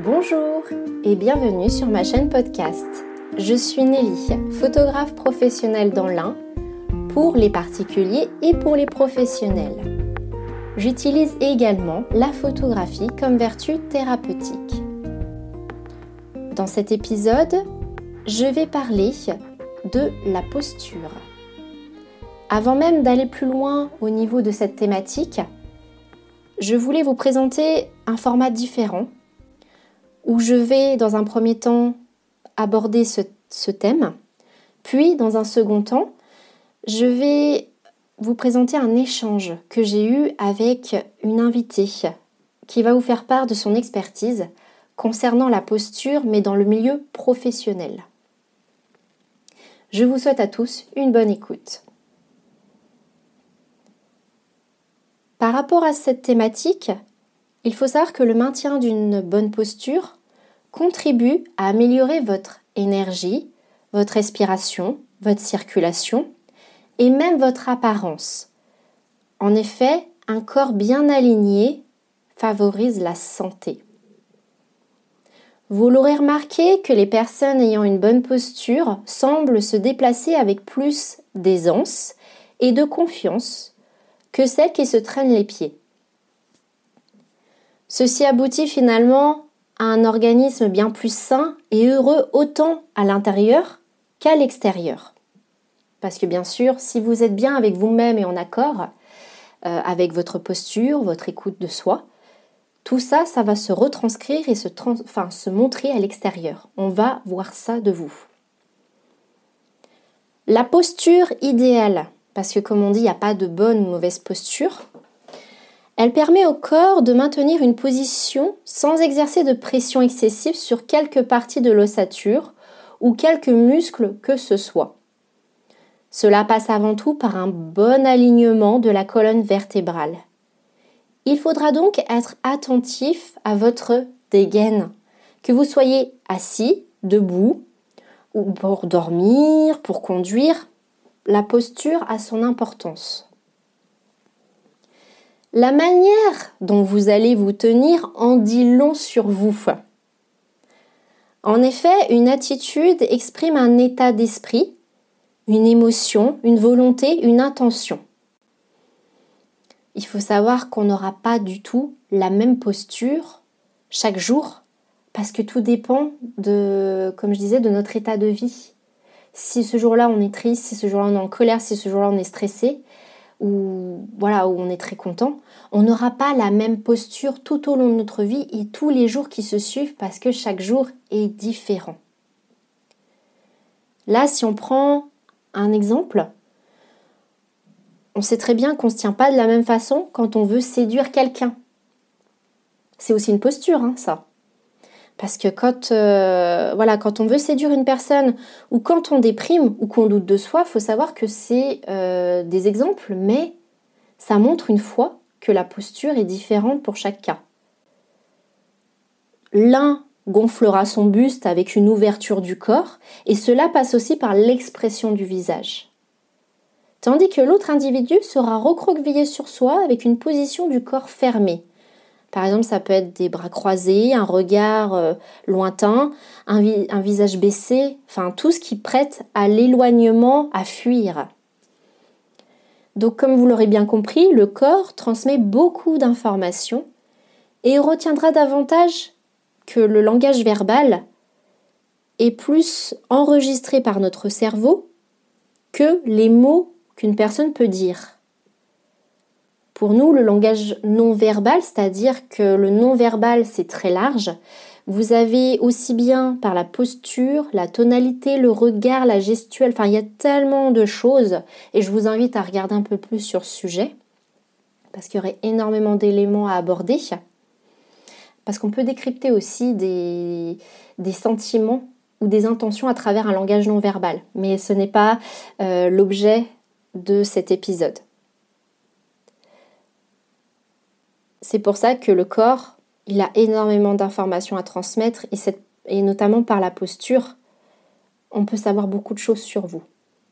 Bonjour et bienvenue sur ma chaîne podcast. Je suis Nelly, photographe professionnelle dans l'Ain pour les particuliers et pour les professionnels. J'utilise également la photographie comme vertu thérapeutique. Dans cet épisode, je vais parler de la posture. Avant même d'aller plus loin au niveau de cette thématique, je voulais vous présenter un format différent où je vais dans un premier temps aborder ce thème, puis dans un second temps, je vais vous présenter un échange que j'ai eu avec une invitée qui va vous faire part de son expertise concernant la posture, mais dans le milieu professionnel. Je vous souhaite à tous une bonne écoute. Par rapport à cette thématique, il faut savoir que le maintien d'une bonne posture contribue à améliorer votre énergie, votre respiration, votre circulation et même votre apparence. En effet, un corps bien aligné favorise la santé. Vous l'aurez remarqué que les personnes ayant une bonne posture semblent se déplacer avec plus d'aisance et de confiance que celles qui se traînent les pieds. Ceci aboutit finalement à un organisme bien plus sain et heureux autant à l'intérieur qu'à l'extérieur. Parce que bien sûr, si vous êtes bien avec vous-même et en accord avec votre posture, votre écoute de soi, tout ça va se retranscrire et se montrer à l'extérieur. On va voir ça de vous. La posture idéale, parce que comme on dit, il n'y a pas de bonne ou mauvaise posture, elle permet au corps de maintenir une position sans exercer de pression excessive sur quelques parties de l'ossature ou quelques muscles que ce soit. Cela passe avant tout par un bon alignement de la colonne vertébrale. Il faudra donc être attentif à votre dégaine, que vous soyez assis, debout, ou pour dormir, pour conduire. La posture a son importance. La manière dont vous allez vous tenir en dit long sur vous. En effet, une attitude exprime un état d'esprit, une émotion, une volonté, une intention. Il faut savoir qu'on n'aura pas du tout la même posture chaque jour parce que tout dépend comme je disais, de notre état de vie. Si ce jour-là on est triste, si ce jour-là on est en colère, si ce jour-là on est stressé, où on est très content, on n'aura pas la même posture tout au long de notre vie et tous les jours qui se suivent parce que chaque jour est différent. Là, si on prend un exemple, on sait très bien qu'on ne se tient pas de la même façon quand on veut séduire quelqu'un. C'est aussi une posture, ça. Parce que quand on veut séduire une personne ou quand on déprime ou qu'on doute de soi, il faut savoir que c'est des exemples, mais ça montre une fois que la posture est différente pour chaque cas. L'un gonflera son buste avec une ouverture du corps et cela passe aussi par l'expression du visage. Tandis que l'autre individu sera recroquevillé sur soi avec une position du corps fermée. Par exemple, ça peut être des bras croisés, un regard lointain, un visage baissé, tout ce qui prête à l'éloignement, à fuir. Donc, comme vous l'aurez bien compris, le corps transmet beaucoup d'informations et retiendra davantage que le langage verbal est plus enregistré par notre cerveau que les mots qu'une personne peut dire. Pour nous, le langage non-verbal, c'est-à-dire que le non-verbal, c'est très large. Vous avez aussi bien par la posture, la tonalité, le regard, la gestuelle, il y a tellement de choses et je vous invite à regarder un peu plus sur ce sujet parce qu'il y aurait énormément d'éléments à aborder. Parce qu'on peut décrypter aussi des sentiments ou des intentions à travers un langage non-verbal. Mais ce n'est pas l'objet de cet épisode. C'est pour ça que le corps, il a énormément d'informations à transmettre et notamment par la posture, on peut savoir beaucoup de choses sur vous.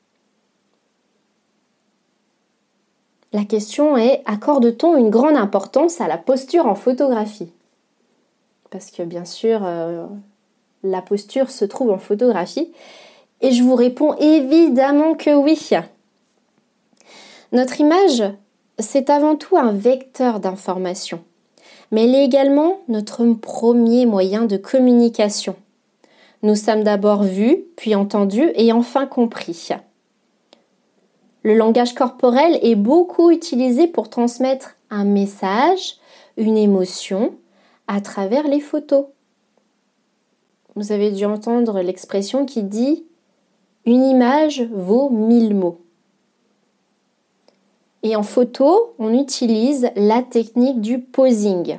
La question est, accorde-t-on une grande importance à la posture en photographie ? parce que bien sûr, la posture se trouve en photographie. Et je vous réponds évidemment que oui. Notre image, c'est avant tout un vecteur d'information, mais elle est également notre premier moyen de communication. Nous sommes d'abord vus, puis entendus et enfin compris. Le langage corporel est beaucoup utilisé pour transmettre un message, une émotion, à travers les photos. Vous avez dû entendre l'expression qui dit « une image vaut 1000 mots ». Et en photo, on utilise la technique du posing.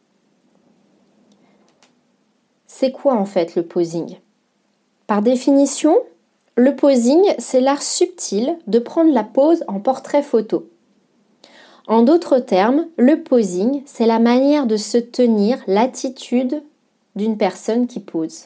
C'est quoi en fait le posing ? Par définition, le posing, c'est l'art subtil de prendre la pose en portrait photo. En d'autres termes, le posing, c'est la manière de se tenir, l'attitude d'une personne qui pose.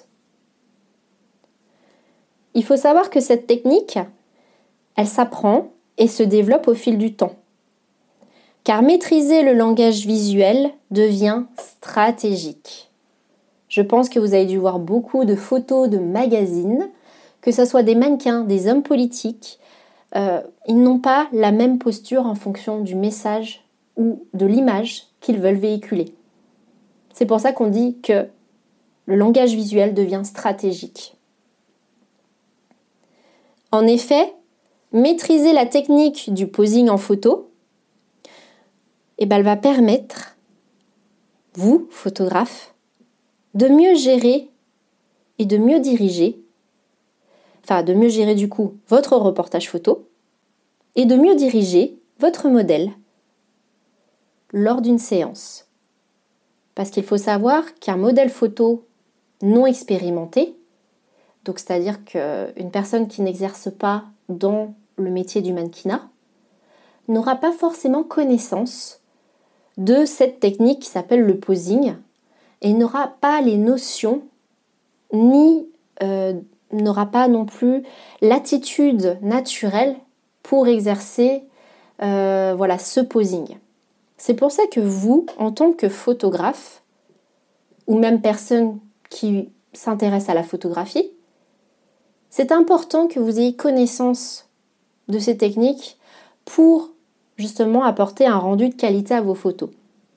Il faut savoir que cette technique, elle s'apprend et se développe au fil du temps. Car maîtriser le langage visuel devient stratégique. Je pense que vous avez dû voir beaucoup de photos de magazines, que ce soit des mannequins, des hommes politiques. Ils n'ont pas la même posture en fonction du message ou de l'image qu'ils veulent véhiculer. C'est pour ça qu'on dit que le langage visuel devient stratégique. En effet, maîtriser la technique du posing en photo, elle va permettre, vous, photographe, de mieux gérer et de mieux diriger, de mieux gérer du coup votre reportage photo et de mieux diriger votre modèle lors d'une séance. Parce qu'il faut savoir qu'un modèle photo non expérimenté, donc c'est-à-dire qu'une personne qui n'exerce pas dans le métier du mannequinat, n'aura pas forcément connaissance de cette technique qui s'appelle le posing et n'aura pas les notions ni n'aura pas non plus l'attitude naturelle pour exercer ce posing. C'est pour ça que vous, en tant que photographe, ou même personne qui s'intéresse à la photographie, c'est important que vous ayez connaissance de ces techniques pour justement apporter un rendu de qualité à vos photos.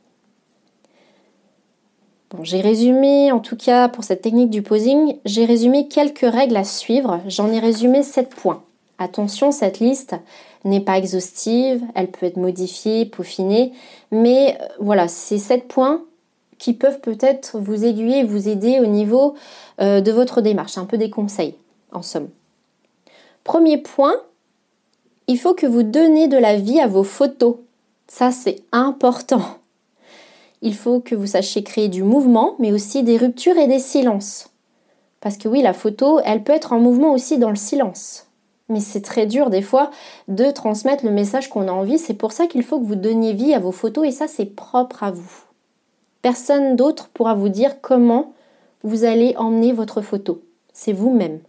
Bon, j'ai résumé, en tout cas pour cette technique du posing, j'ai résumé quelques règles à suivre. J'en ai résumé 7 points. Attention, cette liste n'est pas exhaustive, elle peut être modifiée, peaufinée, mais c'est 7 points qui peuvent peut-être vous aiguiller et vous aider au niveau de votre démarche, un peu des conseils, en somme. Premier point, il faut que vous donnez de la vie à vos photos. Ça, c'est important. Il faut que vous sachiez créer du mouvement, mais aussi des ruptures et des silences. Parce que oui, la photo, elle peut être en mouvement aussi dans le silence. Mais c'est très dur des fois de transmettre le message qu'on a envie. C'est pour ça qu'il faut que vous donniez vie à vos photos et ça, c'est propre à vous. Personne d'autre pourra vous dire comment vous allez emmener votre photo. C'est vous-même.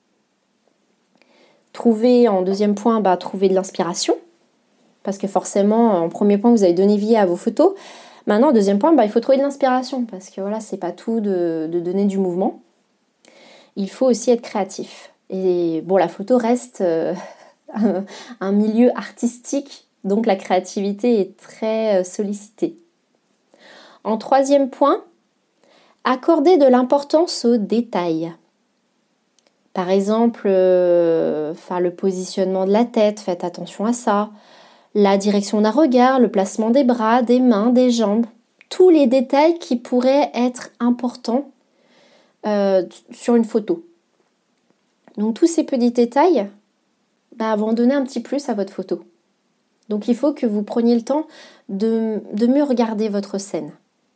En deuxième point, trouver de l'inspiration. Parce que forcément, en premier point, vous avez donné vie à vos photos. Maintenant, deuxième point, il faut trouver de l'inspiration. Parce que c'est pas tout de donner du mouvement. Il faut aussi être créatif. Et la photo reste un milieu artistique. Donc la créativité est très sollicitée. En troisième point, accorder de l'importance aux détails. Par exemple, le positionnement de la tête, faites attention à ça. La direction d'un regard, le placement des bras, des mains, des jambes. Tous les détails qui pourraient être importants sur une photo. Donc tous ces petits détails vont donner un petit plus à votre photo. Donc il faut que vous preniez le temps de mieux regarder votre scène.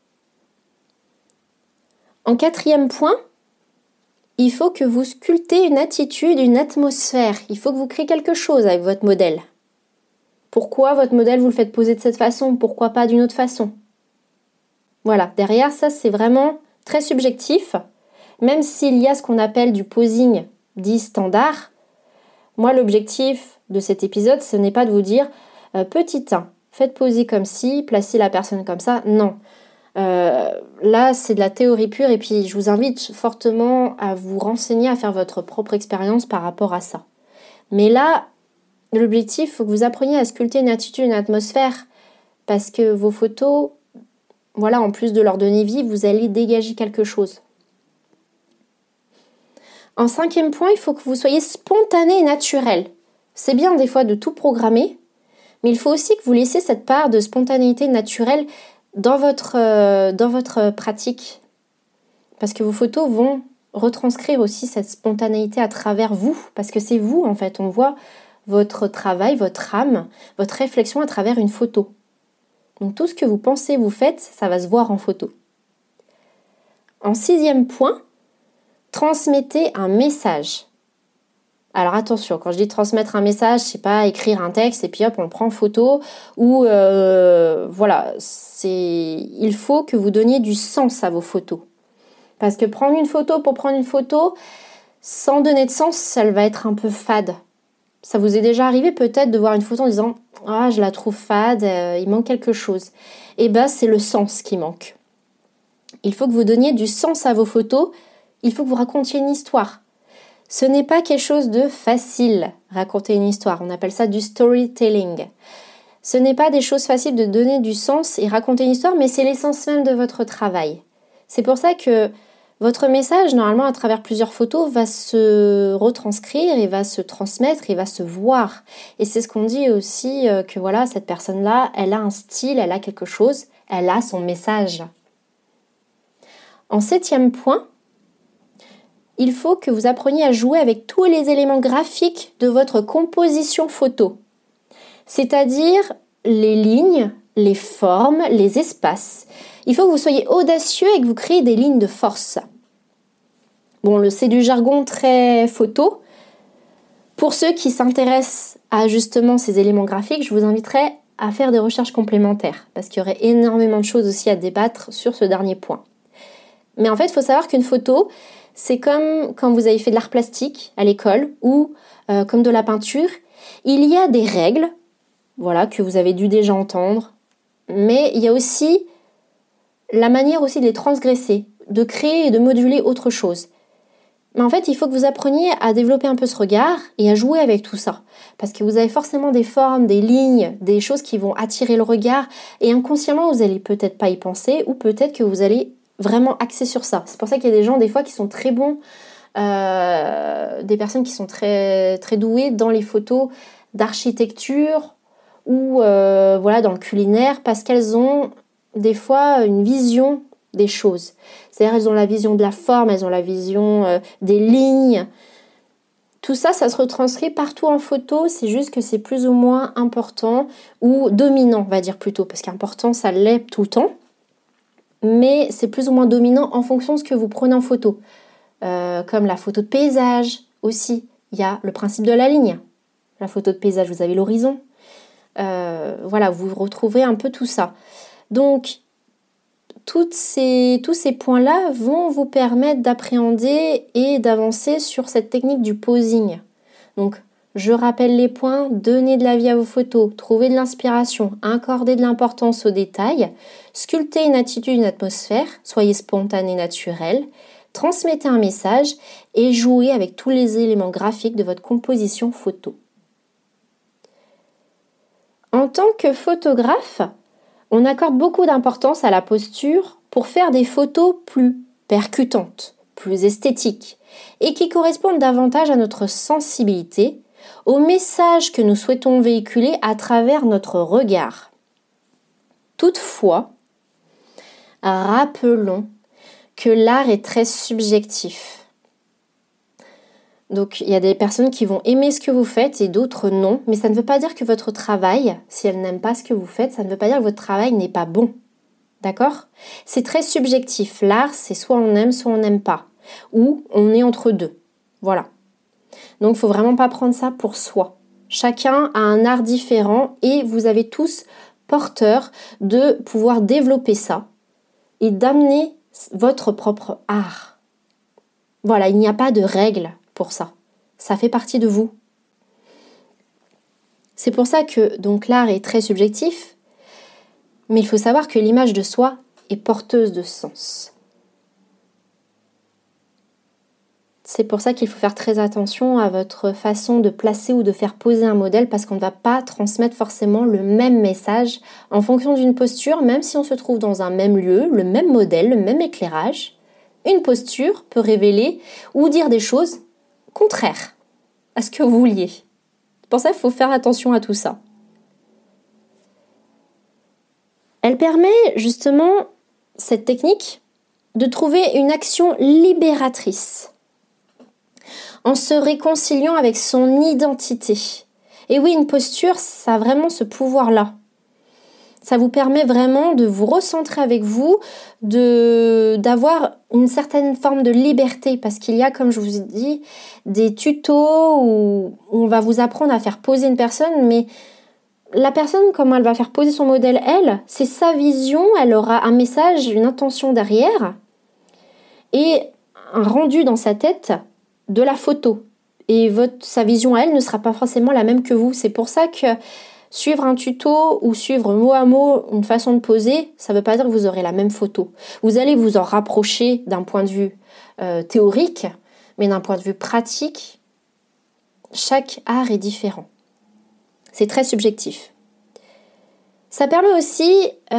En quatrième point, il faut que vous sculptez une attitude, une atmosphère. Il faut que vous créez quelque chose avec votre modèle. Pourquoi votre modèle, vous le faites poser de cette façon? Pourquoi pas d'une autre façon? Voilà, derrière ça, c'est vraiment très subjectif. Même s'il y a ce qu'on appelle du posing dit standard, moi, l'objectif de cet épisode, ce n'est pas de vous dire « petit 1, faites poser comme ci, placez la personne comme ça ». Non. Là, c'est de la théorie pure et puis je vous invite fortement à vous renseigner, à faire votre propre expérience par rapport à ça. Mais là, l'objectif, il faut que vous appreniez à sculpter une attitude, une atmosphère parce que vos photos, voilà, en plus de leur donner vie, vous allez dégager quelque chose. En 5e point, il faut que vous soyez spontané et naturel. C'est bien des fois de tout programmer, mais il faut aussi que vous laissiez cette part de spontanéité naturelle dans votre pratique. Parce que vos photos vont retranscrire aussi cette spontanéité à travers vous, parce que c'est vous en fait, on voit votre travail, votre âme, votre réflexion à travers une photo. Donc tout ce que vous pensez, vous faites, ça va se voir en photo. En 6e point, transmettez un message. Alors attention, quand je dis transmettre un message, c'est pas écrire un texte et puis hop, on le prend en photo ou voilà, il faut que vous donniez du sens à vos photos. Parce que prendre une photo pour prendre une photo, sans donner de sens, ça va être un peu fade. Ça vous est déjà arrivé peut-être de voir une photo en disant « Ah, je la trouve fade, il manque quelque chose ». Eh bien, c'est le sens qui manque. Il faut que vous donniez du sens à vos photos, il faut que vous racontiez une histoire. Ce n'est pas quelque chose de facile, raconter une histoire. On appelle ça du storytelling. Ce n'est pas des choses faciles de donner du sens et raconter une histoire, mais c'est l'essence même de votre travail. C'est pour ça que votre message, normalement, à travers plusieurs photos, va se retranscrire, il va se transmettre, il va se voir. Et c'est ce qu'on dit aussi, que voilà, cette personne-là, elle a un style, elle a quelque chose, elle a son message. En 7e point, il faut que vous appreniez à jouer avec tous les éléments graphiques de votre composition photo. C'est-à-dire les lignes, les formes, les espaces. Il faut que vous soyez audacieux et que vous créez des lignes de force. Bon, c'est du jargon très photo. Pour ceux qui s'intéressent à justement ces éléments graphiques, je vous inviterai à faire des recherches complémentaires parce qu'il y aurait énormément de choses aussi à débattre sur ce dernier point. Mais en fait, il faut savoir qu'une photo, c'est comme quand vous avez fait de l'art plastique à l'école ou comme de la peinture. Il y a des règles, voilà, que vous avez dû déjà entendre, mais il y a aussi la manière aussi de les transgresser, de créer et de moduler autre chose. Mais en fait, il faut que vous appreniez à développer un peu ce regard et à jouer avec tout ça. Parce que vous avez forcément des formes, des lignes, des choses qui vont attirer le regard et inconsciemment, vous allez peut-être pas y penser ou peut-être que vous allez vraiment axer sur ça. C'est pour ça qu'il y a des gens des fois qui sont très bons, des personnes qui sont très, très douées dans les photos d'architecture ou voilà, dans le culinaire parce qu'elles ont des fois une vision des choses. C'est-à-dire elles ont la vision de la forme, elles ont la vision des lignes. Tout ça, ça se retranscrit partout en photo, c'est juste que c'est plus ou moins important ou dominant, on va dire plutôt, parce qu'important, ça l'est tout le temps. Mais c'est plus ou moins dominant en fonction de ce que vous prenez en photo. Comme la photo de paysage aussi, il y a le principe de la ligne. La photo de paysage, vous avez l'horizon. Voilà, vous retrouvez un peu tout ça. Donc, tous ces points-là vont vous permettre d'appréhender et d'avancer sur cette technique du posing. Donc, je rappelle les points, donner de la vie à vos photos, trouver de l'inspiration, accorder de l'importance aux détails, sculpter une attitude, une atmosphère, soyez spontané, naturel, transmettez un message et jouez avec tous les éléments graphiques de votre composition photo. En tant que photographe, on accorde beaucoup d'importance à la posture pour faire des photos plus percutantes, plus esthétiques et qui correspondent davantage à notre sensibilité, au message que nous souhaitons véhiculer à travers notre regard. Toutefois, rappelons que l'art est très subjectif. Donc, il y a des personnes qui vont aimer ce que vous faites et d'autres non, mais ça ne veut pas dire que votre travail, si elles n'aiment pas ce que vous faites, ça ne veut pas dire que votre travail n'est pas bon. D'accord ? C'est très subjectif. L'art, c'est soit on aime, soit on n'aime pas. Ou on est entre deux. Voilà. Donc, il ne faut vraiment pas prendre ça pour soi. Chacun a un art différent et vous avez tous porteurs de pouvoir développer ça et d'amener votre propre art. Voilà, il n'y a pas de règle pour ça. Ça fait partie de vous. C'est pour ça que donc l'art est très subjectif, mais il faut savoir que l'image de soi et porteuse de sens. C'est pour ça qu'il faut faire très attention à votre façon de placer ou de faire poser un modèle parce qu'on ne va pas transmettre forcément le même message en fonction d'une posture, même si on se trouve dans un même lieu, le même modèle, le même éclairage. Une posture peut révéler ou dire des choses contraires à ce que vous vouliez. C'est pour ça qu'il faut faire attention à tout ça. Elle permet justement, cette technique, de trouver une action libératrice en se réconciliant avec son identité. Et oui, une posture, ça a vraiment ce pouvoir-là. Ça vous permet vraiment de vous recentrer avec vous, d'avoir une certaine forme de liberté, parce qu'il y a, comme je vous ai dit, des tutos où on va vous apprendre à faire poser une personne, mais la personne, comment elle va faire poser son modèle, elle, c'est sa vision, elle aura un message, une intention derrière, et un rendu dans sa tête de la photo. Et sa vision, elle, ne sera pas forcément la même que vous. C'est pour ça que suivre un tuto ou suivre mot à mot une façon de poser, ça ne veut pas dire que vous aurez la même photo. Vous allez vous en rapprocher d'un point de vue théorique, mais d'un point de vue pratique, chaque art est différent. C'est très subjectif. Ça permet aussi,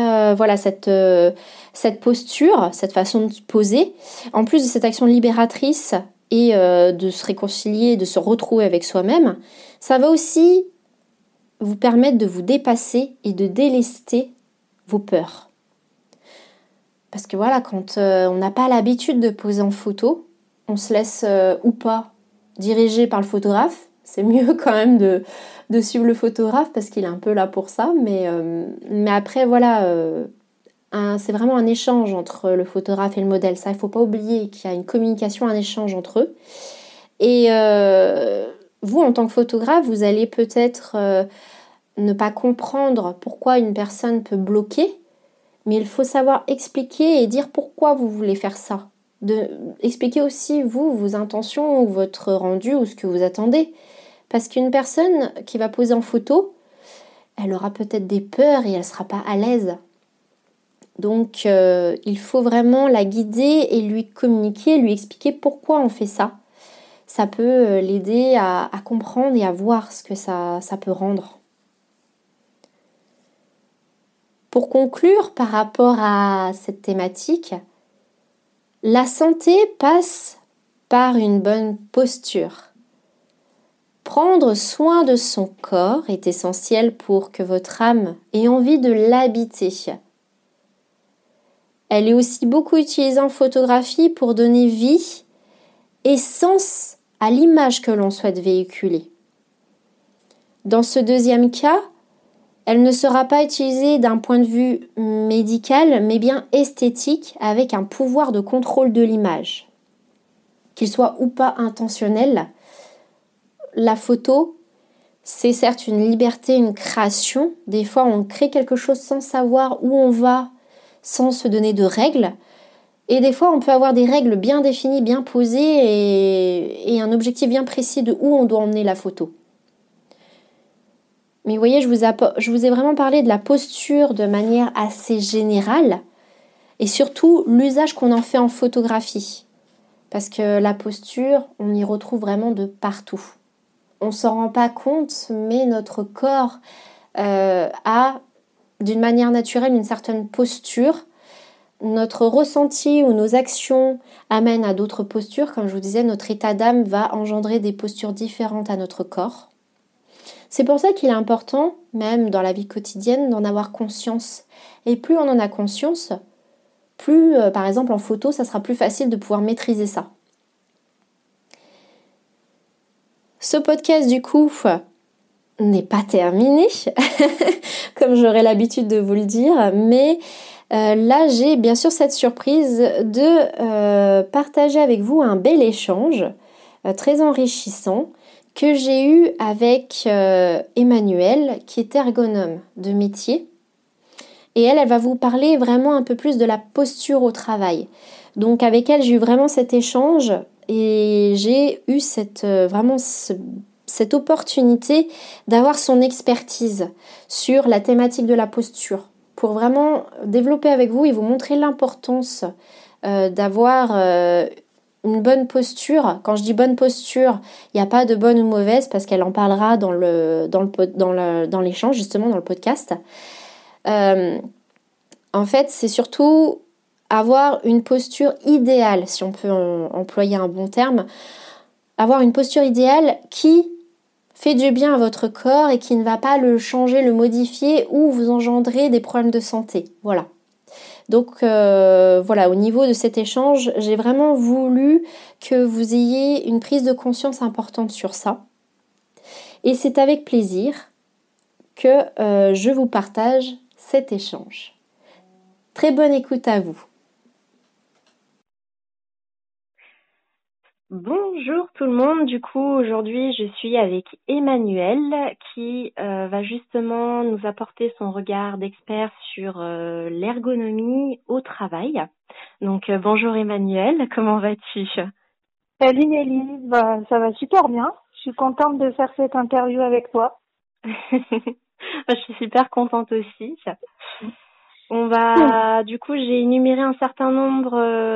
cette posture, cette façon de poser, en plus de cette action libératrice et de se réconcilier, de se retrouver avec soi-même, ça va aussi vous permettre de vous dépasser et de délester vos peurs. Parce que voilà, quand on n'a pas l'habitude de poser en photo, on se laisse ou pas diriger par le photographe. C'est mieux quand même de suivre le photographe parce qu'il est un peu là pour ça. Mais après, voilà, c'est vraiment un échange entre le photographe et le modèle. Ça, il ne faut pas oublier qu'il y a une communication, un échange entre eux. Et vous, en tant que photographe, vous allez peut-être ne pas comprendre pourquoi une personne peut bloquer, mais il faut savoir expliquer et dire pourquoi vous voulez faire ça. Expliquer aussi, vous, vos intentions ou votre rendu ou ce que vous attendez. Parce qu'une personne qui va poser en photo, elle aura peut-être des peurs et elle ne sera pas à l'aise. Donc, il faut vraiment la guider et lui communiquer, lui expliquer pourquoi on fait ça. Ça peut l'aider à comprendre et à voir ce que ça peut rendre. Pour conclure par rapport à cette thématique, la santé passe par une bonne posture. Prendre soin de son corps est essentiel pour que votre âme ait envie de l'habiter. Elle est aussi beaucoup utilisée en photographie pour donner vie et sens à l'image que l'on souhaite véhiculer. Dans ce deuxième cas, elle ne sera pas utilisée d'un point de vue médical, mais bien esthétique, avec un pouvoir de contrôle de l'image. Qu'il soit ou pas intentionnel, la photo, c'est certes une liberté, une création. Des fois, on crée quelque chose sans savoir où on va, sans se donner de règles. Et des fois, on peut avoir des règles bien définies, bien posées et un objectif bien précis de où on doit emmener la photo. Mais vous voyez, je vous ai vraiment parlé de la posture de manière assez générale et surtout l'usage qu'on en fait en photographie. Parce que la posture, on y retrouve vraiment de partout. On ne s'en rend pas compte, mais notre corps a d'une manière naturelle une certaine posture. Notre ressenti ou nos actions amènent à d'autres postures. Comme je vous disais, notre état d'âme va engendrer des postures différentes à notre corps. C'est pour ça qu'il est important, même dans la vie quotidienne, d'en avoir conscience. Et plus on en a conscience, plus, par exemple en photo, ça sera plus facile de pouvoir maîtriser ça. Ce podcast, du coup, n'est pas terminé, comme j'aurais l'habitude de vous le dire, mais là, j'ai bien sûr cette surprise de partager avec vous un bel échange très enrichissant que j'ai eu avec Emmanuelle, qui est ergonome de métier. Et elle va vous parler vraiment un peu plus de la posture au travail. Donc avec elle, j'ai eu vraiment cet échange et j'ai eu cette opportunité d'avoir son expertise sur la thématique de la posture pour vraiment développer avec vous et vous montrer l'importance d'avoir une bonne posture. Quand je dis bonne posture, il n'y a pas de bonne ou mauvaise parce qu'elle en parlera dans l'échange, justement, dans le podcast. En fait, c'est surtout avoir une posture idéale, si on peut employer un bon terme, avoir une posture idéale qui fait du bien à votre corps et qui ne va pas le changer, le modifier ou vous engendrer des problèmes de santé. Voilà. Donc voilà, au niveau de cet échange, j'ai vraiment voulu que vous ayez une prise de conscience importante sur ça. Et c'est avec plaisir que je vous partage cet échange. Très bonne écoute à vous. Bonjour tout le monde, du coup aujourd'hui je suis avec Emmanuelle qui va justement nous apporter son regard d'expert sur l'ergonomie au travail. Donc bonjour Emmanuelle, comment vas-tu? Salut Nelly, ça va super bien. Je suis contente de faire cette interview avec toi. Je suis super contente aussi. On va, du coup, j'ai énuméré un certain nombre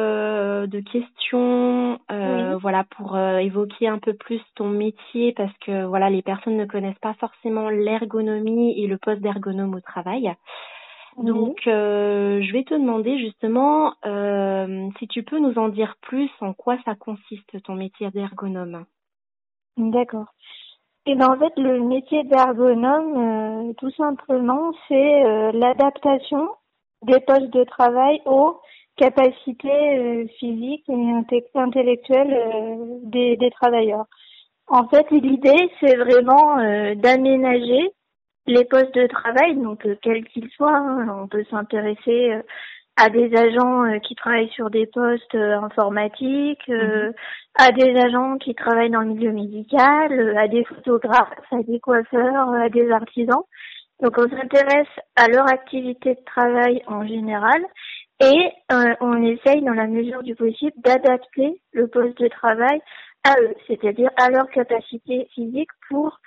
de questions, voilà, pour évoquer un peu plus ton métier, parce que voilà, les personnes ne connaissent pas forcément l'ergonomie et le poste d'ergonome au travail. Donc, je vais te demander justement si tu peux nous en dire plus, en quoi ça consiste ton métier d'ergonome. D'accord. Et ben en fait, le métier d'ergonome, tout simplement, c'est l'adaptation des postes de travail aux capacités physiques et intellectuelles des travailleurs. En fait, l'idée, c'est vraiment d'aménager les postes de travail, donc quels qu'ils soient. Hein. On peut s'intéresser à des agents qui travaillent sur des postes informatiques, à des agents qui travaillent dans le milieu médical, à des photographes, à des coiffeurs, à des artisans. Donc on s'intéresse à leur activité de travail en général et on essaye dans la mesure du possible d'adapter le poste de travail à eux, c'est-à-dire à leur capacité physique pour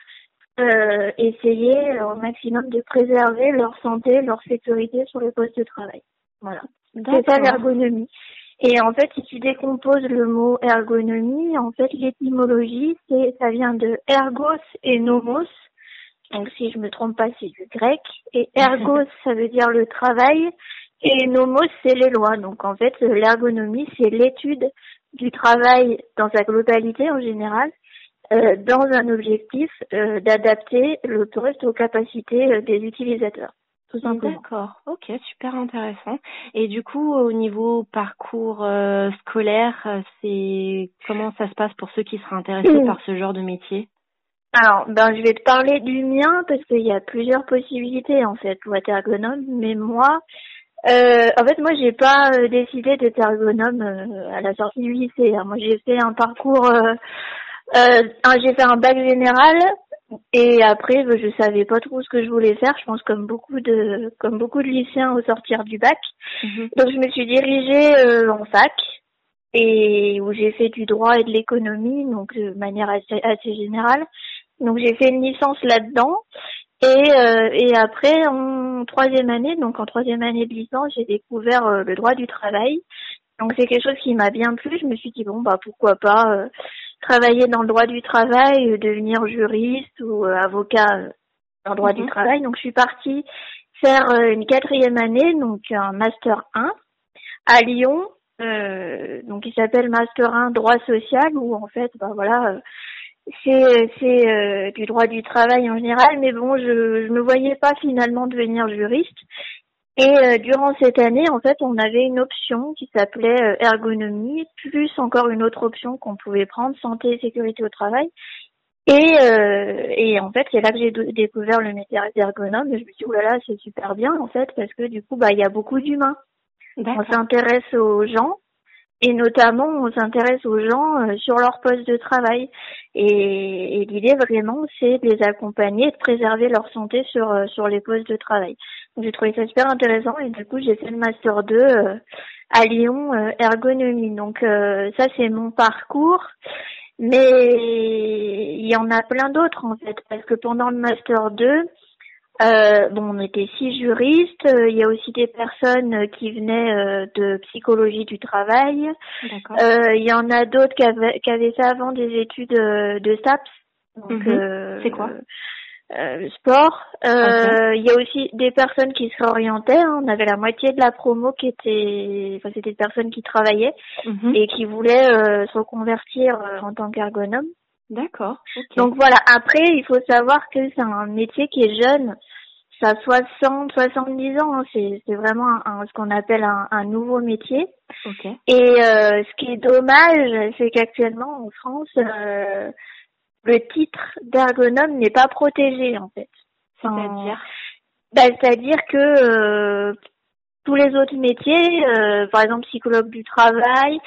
essayer au maximum de préserver leur santé, leur sécurité sur le poste de travail. Voilà. C'est ça l'ergonomie. Et en fait, si tu décomposes le mot ergonomie, en fait, l'étymologie, ça vient de ergos et nomos. Donc, si je me trompe pas, c'est du grec. Et ergos, ça veut dire le travail. Et nomos, c'est les lois. Donc, en fait, l'ergonomie, c'est l'étude du travail dans sa globalité en général, dans un objectif d'adapter le poste aux capacités des utilisateurs. Tout simplement. D'accord, ok, super intéressant. Et du coup, au niveau parcours scolaire, c'est comment ça se passe pour ceux qui seraient intéressés par ce genre de métier? Alors, je vais te parler du mien parce qu'il y a plusieurs possibilités en fait pour être ergonome. Mais moi, moi, j'ai pas décidé d'être ergonome à la sortie du lycée. Hein. Moi, j'ai fait un parcours, j'ai fait un bac général. Et après, je savais pas trop ce que je voulais faire. Je pense comme beaucoup de lycéens au sortir du bac. Donc, je me suis dirigée en fac et où j'ai fait du droit et de l'économie, donc de manière assez générale. Donc, j'ai fait une licence là-dedans. Et après, en troisième année de licence, j'ai découvert le droit du travail. Donc, c'est quelque chose qui m'a bien plu. Je me suis dit pourquoi pas travailler dans le droit du travail, devenir juriste ou avocat dans le droit du travail. Donc, je suis partie faire une quatrième année, donc un master 1 à Lyon, donc il s'appelle master 1 droit social, où en fait, c'est du droit du travail en général, mais bon, je me voyais pas finalement devenir juriste. Et durant cette année, en fait, on avait une option qui s'appelait ergonomie, plus encore une autre option qu'on pouvait prendre, santé et sécurité au travail. Et en fait, c'est là que j'ai découvert le métier d'ergonome. Et je me suis dit, oulala, c'est super bien, en fait, parce que du coup, il y a beaucoup d'humains. On s'intéresse aux gens. Et notamment, on s'intéresse aux gens sur leur poste de travail. Et l'idée vraiment, c'est de les accompagner et de préserver leur santé sur les postes de travail. Donc, j'ai trouvé ça super intéressant et du coup, j'ai fait le Master 2 à Lyon, ergonomie. Donc, ça, c'est mon parcours. Mais il y en a plein d'autres, en fait, parce que pendant le Master 2, Bon, on était 6 juristes. Il y a aussi des personnes qui venaient de psychologie du travail. D'accord. Il y en a d'autres qui avaient fait avant des études de STAPS. Donc, C'est quoi? sport. Ok. Il y a aussi des personnes qui se réorientaient. Hein. On avait la moitié de la promo qui était, enfin, c'était des personnes qui travaillaient Mhm. et qui voulaient se reconvertir en tant qu'ergonome. D'accord. Ok. Donc voilà. Après, il faut savoir que c'est un métier qui est jeune. Ça a 60, 70 ans. Hein. C'est vraiment ce qu'on appelle un nouveau métier. Ok. Et ce qui est dommage, c'est qu'actuellement en France, le titre d'ergonome n'est pas protégé en fait. C'est-à-dire? C'est-à-dire que tous les autres métiers, par exemple psychologue du travail,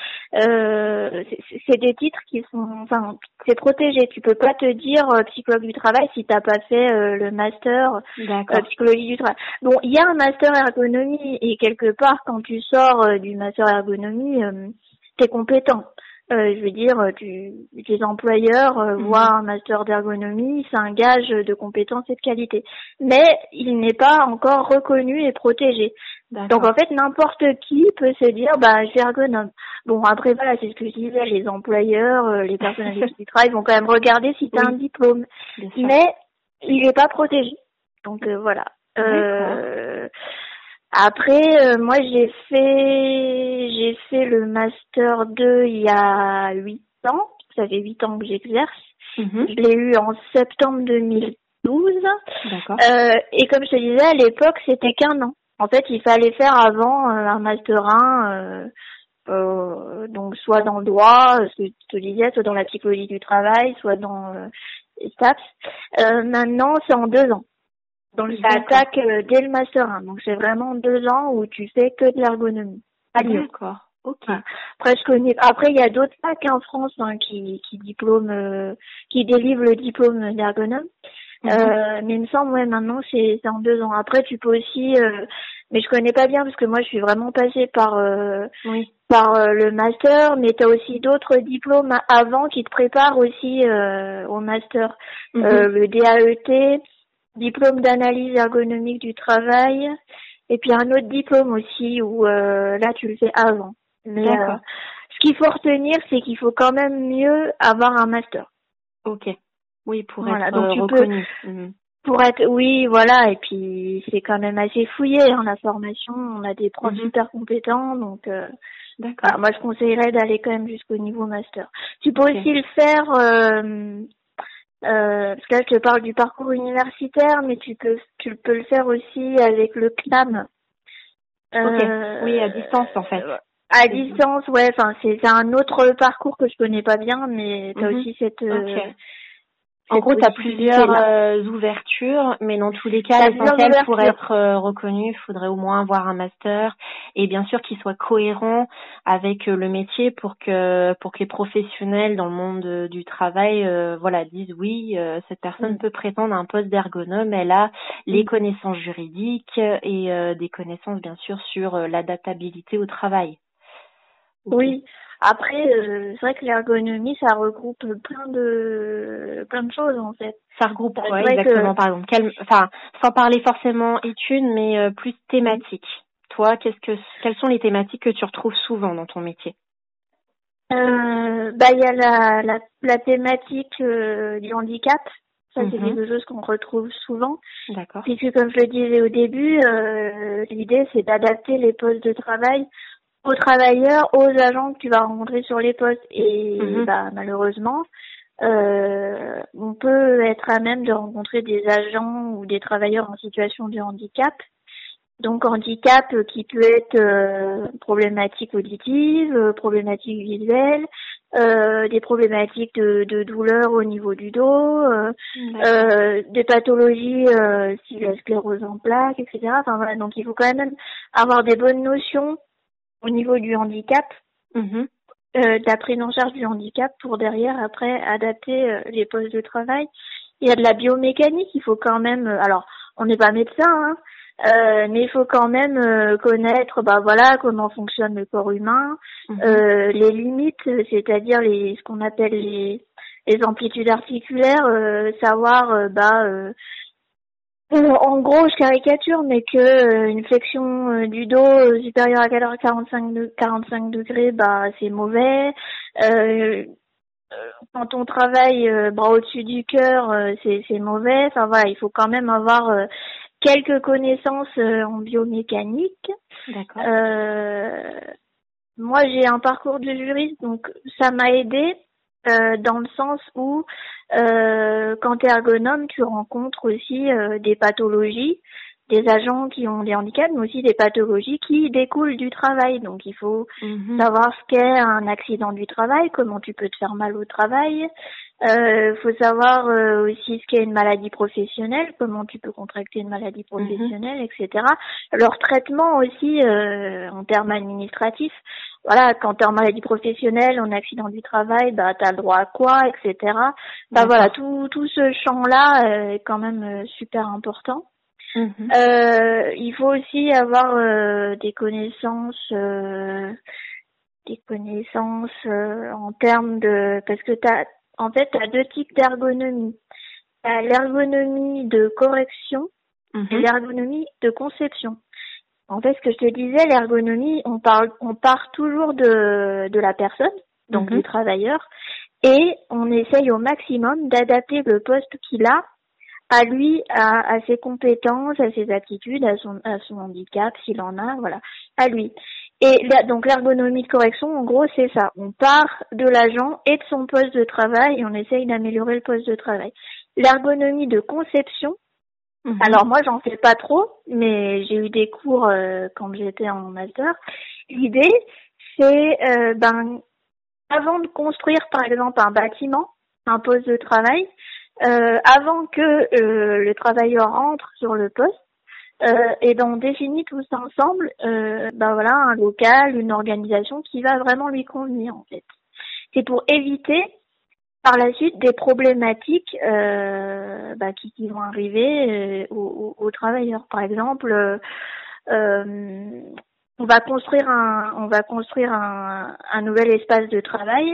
c'est des titres qui sont, enfin, c'est protégé. Tu peux pas te dire psychologue du travail si t'as pas fait le master D'accord. psychologie du travail. Bon, il y a un master ergonomie et quelque part quand tu sors du master ergonomie, t'es compétent. Je veux dire, tes employeurs voient un master d'ergonomie, c'est un gage de compétence et de qualité. Mais il n'est pas encore reconnu et protégé. Donc D'accord. en fait, n'importe qui peut se dire, bah, je suis ergonome. Bon, après voilà, c'est ce que je disais, les employeurs, les personnes avec qui tu travailles vont quand même regarder si tu as un Oui, diplôme. bien sûr. Mais il n'est pas protégé. Donc voilà. D'accord. Après, moi j'ai fait le master 2 il y a 8 ans. Ça fait 8 ans que j'exerce. Mhm. Je l'ai eu en septembre 2012. D'accord. Et comme je te disais, à l'époque, c'était qu'un an. En fait, il fallait faire avant un master 1, donc soit dans le droit, ce que je te disais, soit dans la psychologie du travail, soit dans les STAPS. Maintenant, c'est en 2 ans. Donc ça D'accord. attaque dès le master 1. Donc c'est vraiment 2 ans où tu fais que de l'ergonomie à Lyon. D'accord. Ok. Voilà. Après, Après, il y a d'autres facs en France qui diplôment, qui délivrent le diplôme d'ergonome. Mais il me semble, ouais, maintenant c'est en 2 ans. Après, tu peux aussi, mais je connais pas bien parce que moi je suis vraiment passée par Oui. le master, mais tu as aussi d'autres diplômes avant qui te préparent aussi au master. Le DAET, diplôme d'analyse ergonomique du travail, et puis un autre diplôme aussi où là tu le fais avant. Mais D'accord. ce qu'il faut retenir, c'est qu'il faut quand même mieux avoir un master. Ok. Oui, pour Voilà, être donc tu peux, reconnu. pour être, oui, voilà, et puis c'est quand même assez fouillé, hein, la formation. On a des profs super compétents, donc D'accord. voilà, moi je conseillerais d'aller quand même jusqu'au niveau master. Tu peux Ok. aussi le faire, parce que là je te parle du parcours universitaire, mais tu peux le faire aussi avec le CNAM. Ok. Oui, à distance en fait. À distance, ouais, enfin c'est un autre parcours que je connais pas bien, mais t'as aussi cette Ok. En gros, tu as plusieurs ouvertures, mais dans tous les cas, T'as plusieurs l'essentiel pour ouvertures. être reconnu, il faudrait au moins avoir un master et bien sûr qu'il soit cohérent avec le métier pour que les professionnels dans le monde du travail voilà, disent oui, cette personne peut prétendre à un poste d'ergonome, elle a les connaissances juridiques et des connaissances bien sûr sur l'adaptabilité au travail. Okay. Oui. Après, c'est vrai que l'ergonomie, ça regroupe plein de choses en fait. Ça regroupe quoi exactement, par exemple sans parler forcément études, mais plus thématiques. Toi, quelles sont les thématiques que tu retrouves souvent dans ton métier? Il y a la thématique du handicap. Ça, c'est quelque chose qu'on retrouve souvent. D'accord. Puisque, comme je le disais au début, l'idée, c'est d'adapter les postes de travail aux travailleurs, aux agents que tu vas rencontrer sur les postes. Et malheureusement, on peut être à même de rencontrer des agents ou des travailleurs en situation de handicap. Donc handicap qui peut être problématique auditive, problématique visuelle, des problématiques de douleur au niveau du dos, des pathologies si la sclérose en plaques, etc. Enfin voilà, donc il faut quand même avoir des bonnes notions au niveau du handicap, de la prise en charge du handicap pour derrière après adapter les postes de travail. Il y a de la biomécanique, il faut quand même, alors on n'est pas médecin, hein, mais il faut quand même connaître comment fonctionne le corps humain, les limites, c'est-à-dire ce qu'on appelle les amplitudes articulaires, savoir En gros, je caricature, mais que une flexion du dos supérieure à 45 degrés, bah c'est mauvais. Euh, Quand on travaille bras au-dessus du cœur, c'est mauvais. Enfin voilà, il faut quand même avoir quelques connaissances en biomécanique. D'accord. Moi, j'ai un parcours de juriste, donc ça m'a aidé dans le sens où quand tu es ergonome, tu rencontres aussi des pathologies, des agents qui ont des handicaps, mais aussi des pathologies qui découlent du travail. Donc, il faut savoir ce qu'est un accident du travail, comment tu peux te faire mal au travail. Faut savoir aussi ce qu'est une maladie professionnelle, comment tu peux contracter une maladie professionnelle, etc. Leur traitement aussi en termes administratifs. Voilà, quand t'es en maladie professionnelle, en accident du travail, bah t'as le droit à quoi, etc. Bah voilà, tout ce champ-là est quand même super important. Il faut aussi avoir des connaissances en termes de, parce que t'as deux types d'ergonomie. T'as l'ergonomie de correction et l'ergonomie de conception. En fait, ce que je te disais, l'ergonomie, on part toujours de la personne, donc du travailleur, et on essaye au maximum d'adapter le poste qu'il a à lui, à ses compétences, à ses aptitudes, à son handicap, s'il en a, voilà, à lui. Et là, donc l'ergonomie de correction, en gros, c'est ça. On part de l'agent et de son poste de travail et on essaye d'améliorer le poste de travail. L'ergonomie de conception, alors moi j'en fais pas trop, mais j'ai eu des cours quand j'étais en master. L'idée, c'est avant de construire par exemple un bâtiment, un poste de travail, avant que le travailleur rentre sur le poste, et ben on définit tous ensemble voilà un local, une organisation qui va vraiment lui convenir en fait. C'est pour éviter par la suite des problématiques qui vont arriver aux travailleurs. Par exemple, on va construire un nouvel espace de travail.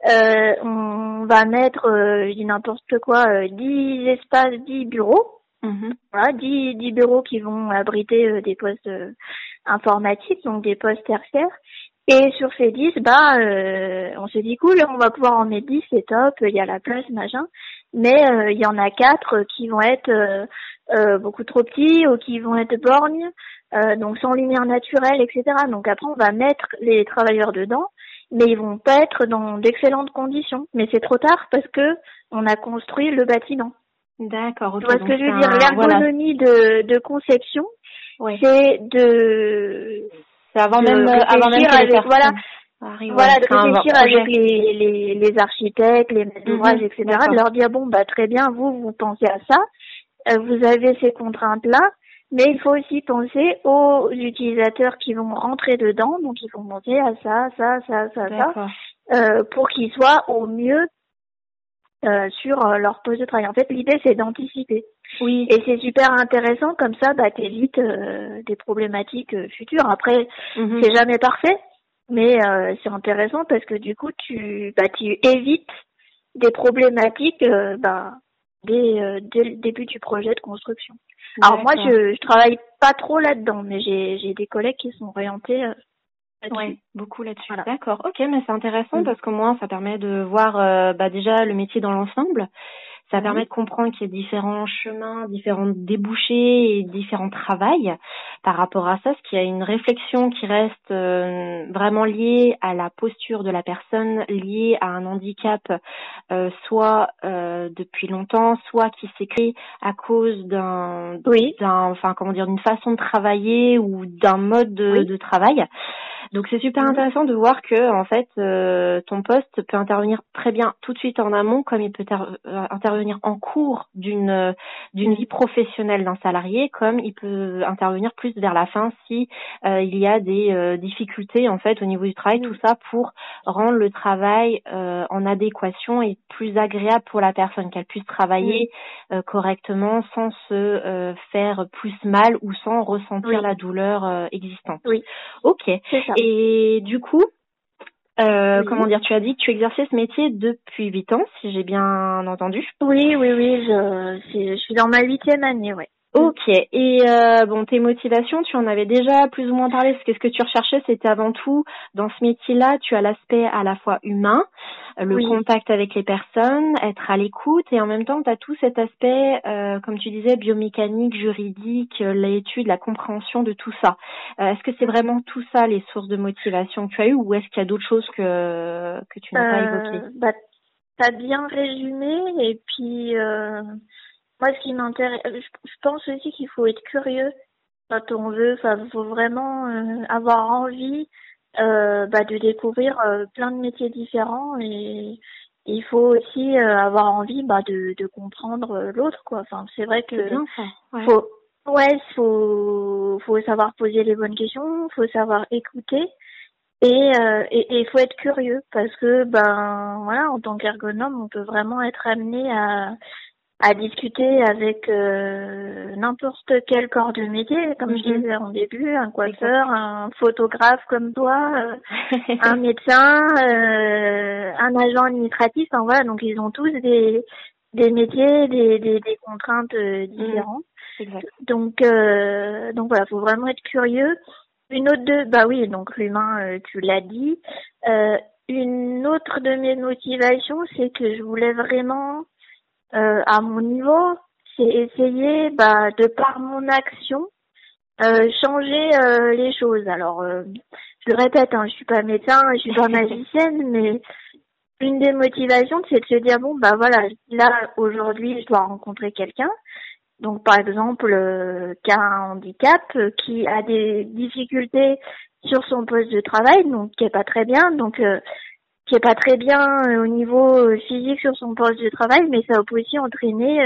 On va mettre, je dis n'importe quoi, 10 bureaux. Voilà, 10 bureaux qui vont abriter des postes informatiques, donc des postes tertiaires. Et sur ces 10, on se dit cool, on va pouvoir en mettre 10, c'est top, il y a la place, machin. Mais il y en a 4 qui vont être beaucoup trop petits ou qui vont être borgnes, donc sans lumière naturelle, etc. Donc après, on va mettre les travailleurs dedans, mais ils vont pas être dans d'excellentes conditions. Mais c'est trop tard parce que on a construit le bâtiment. D'accord, ok. Tu vois ce que je veux dire? L'ergonomie de conception, c'est c'est avant même que les personnes arrivent, de réfléchir avec les architectes, les maîtres d'ouvrage, etc. De leur dire très bien, vous pensez à ça, vous avez ces contraintes-là, mais il faut aussi penser aux utilisateurs qui vont rentrer dedans, donc ils vont penser à ça, pour qu'ils soient au mieux sur leur poste de travail. En fait, l'idée, c'est d'anticiper. Oui. Et c'est super intéressant, comme ça, t'évites des problématiques futures. Après, c'est jamais parfait, mais c'est intéressant parce que du coup, tu évites des problématiques dès le début du projet de construction. Alors moi, je travaille pas trop là-dedans, mais j'ai des collègues qui sont orientés oui, beaucoup là-dessus. Voilà. D'accord, ok, mais c'est intéressant parce qu'au moins ça permet de voir déjà le métier dans l'ensemble. Ça permet de comprendre qu'il y a différents chemins, différents débouchés et différents travails par rapport à ça, ce qui a une réflexion qui reste vraiment liée à la posture de la personne, liée à un handicap, soit depuis longtemps, soit qui s'est créé à cause d'une façon de travailler ou d'un mode de travail. Donc c'est super intéressant de voir que en fait ton poste peut intervenir très bien tout de suite en amont, comme il peut intervenir en cours d'une vie professionnelle d'un salarié, comme il peut intervenir plus vers la fin si il y a des difficultés en fait au niveau du travail, tout ça pour rendre le travail en adéquation et plus agréable pour la personne, qu'elle puisse travailler correctement sans se faire plus mal ou sans ressentir la douleur existante. Oui. Ok. C'est ça. Et du coup, comment dire, tu as dit que tu exerçais ce métier depuis 8 ans, si j'ai bien entendu. Oui, je suis dans ma 8e année, ouais. Ok. Et bon, tes motivations, tu en avais déjà plus ou moins parlé. Parce que ce que tu recherchais, c'était avant tout, dans ce métier-là, tu as l'aspect à la fois humain, le Oui. contact avec les personnes, être à l'écoute, et en même temps, tu as tout cet aspect, comme tu disais, biomécanique, juridique, l'étude, la compréhension de tout ça. Est-ce que c'est vraiment tout ça, les sources de motivation que tu as eues, ou est-ce qu'il y a d'autres choses que tu n'as pas évoquées? Bah, t'as bien résumé. Et puis, moi, ce qui m'intéresse, je pense aussi qu'il faut être curieux quand on veut. Enfin, faut vraiment avoir envie de découvrir plein de métiers différents, et il faut aussi avoir envie de comprendre l'autre, quoi. Enfin, c'est vrai C'est que bien ça, ouais. faut ouais, faut savoir poser les bonnes questions, faut savoir écouter. Et il faut être curieux parce que voilà, en tant qu'ergonome, on peut vraiment être amené à discuter avec n'importe quel corps de métier, comme je disais en début, un coiffeur, un photographe comme toi, un médecin, un agent administratif. Enfin voilà, donc ils ont tous des métiers, des contraintes différentes. Exact. Donc voilà, faut vraiment être curieux. Une autre oui, donc l'humain, tu l'as dit. Une autre de mes motivations, c'est que je voulais vraiment, à mon niveau, c'est essayer, de par mon action, changer les choses. Alors, je le répète, hein, je suis pas médecin, je suis pas magicienne, mais une des motivations, c'est de se dire bon, voilà, là aujourd'hui, je dois rencontrer quelqu'un. Donc par exemple, qui a un handicap, qui a des difficultés sur son poste de travail, donc qui est pas très bien, qui est pas très bien au niveau physique sur son poste de travail, mais ça peut aussi entraîner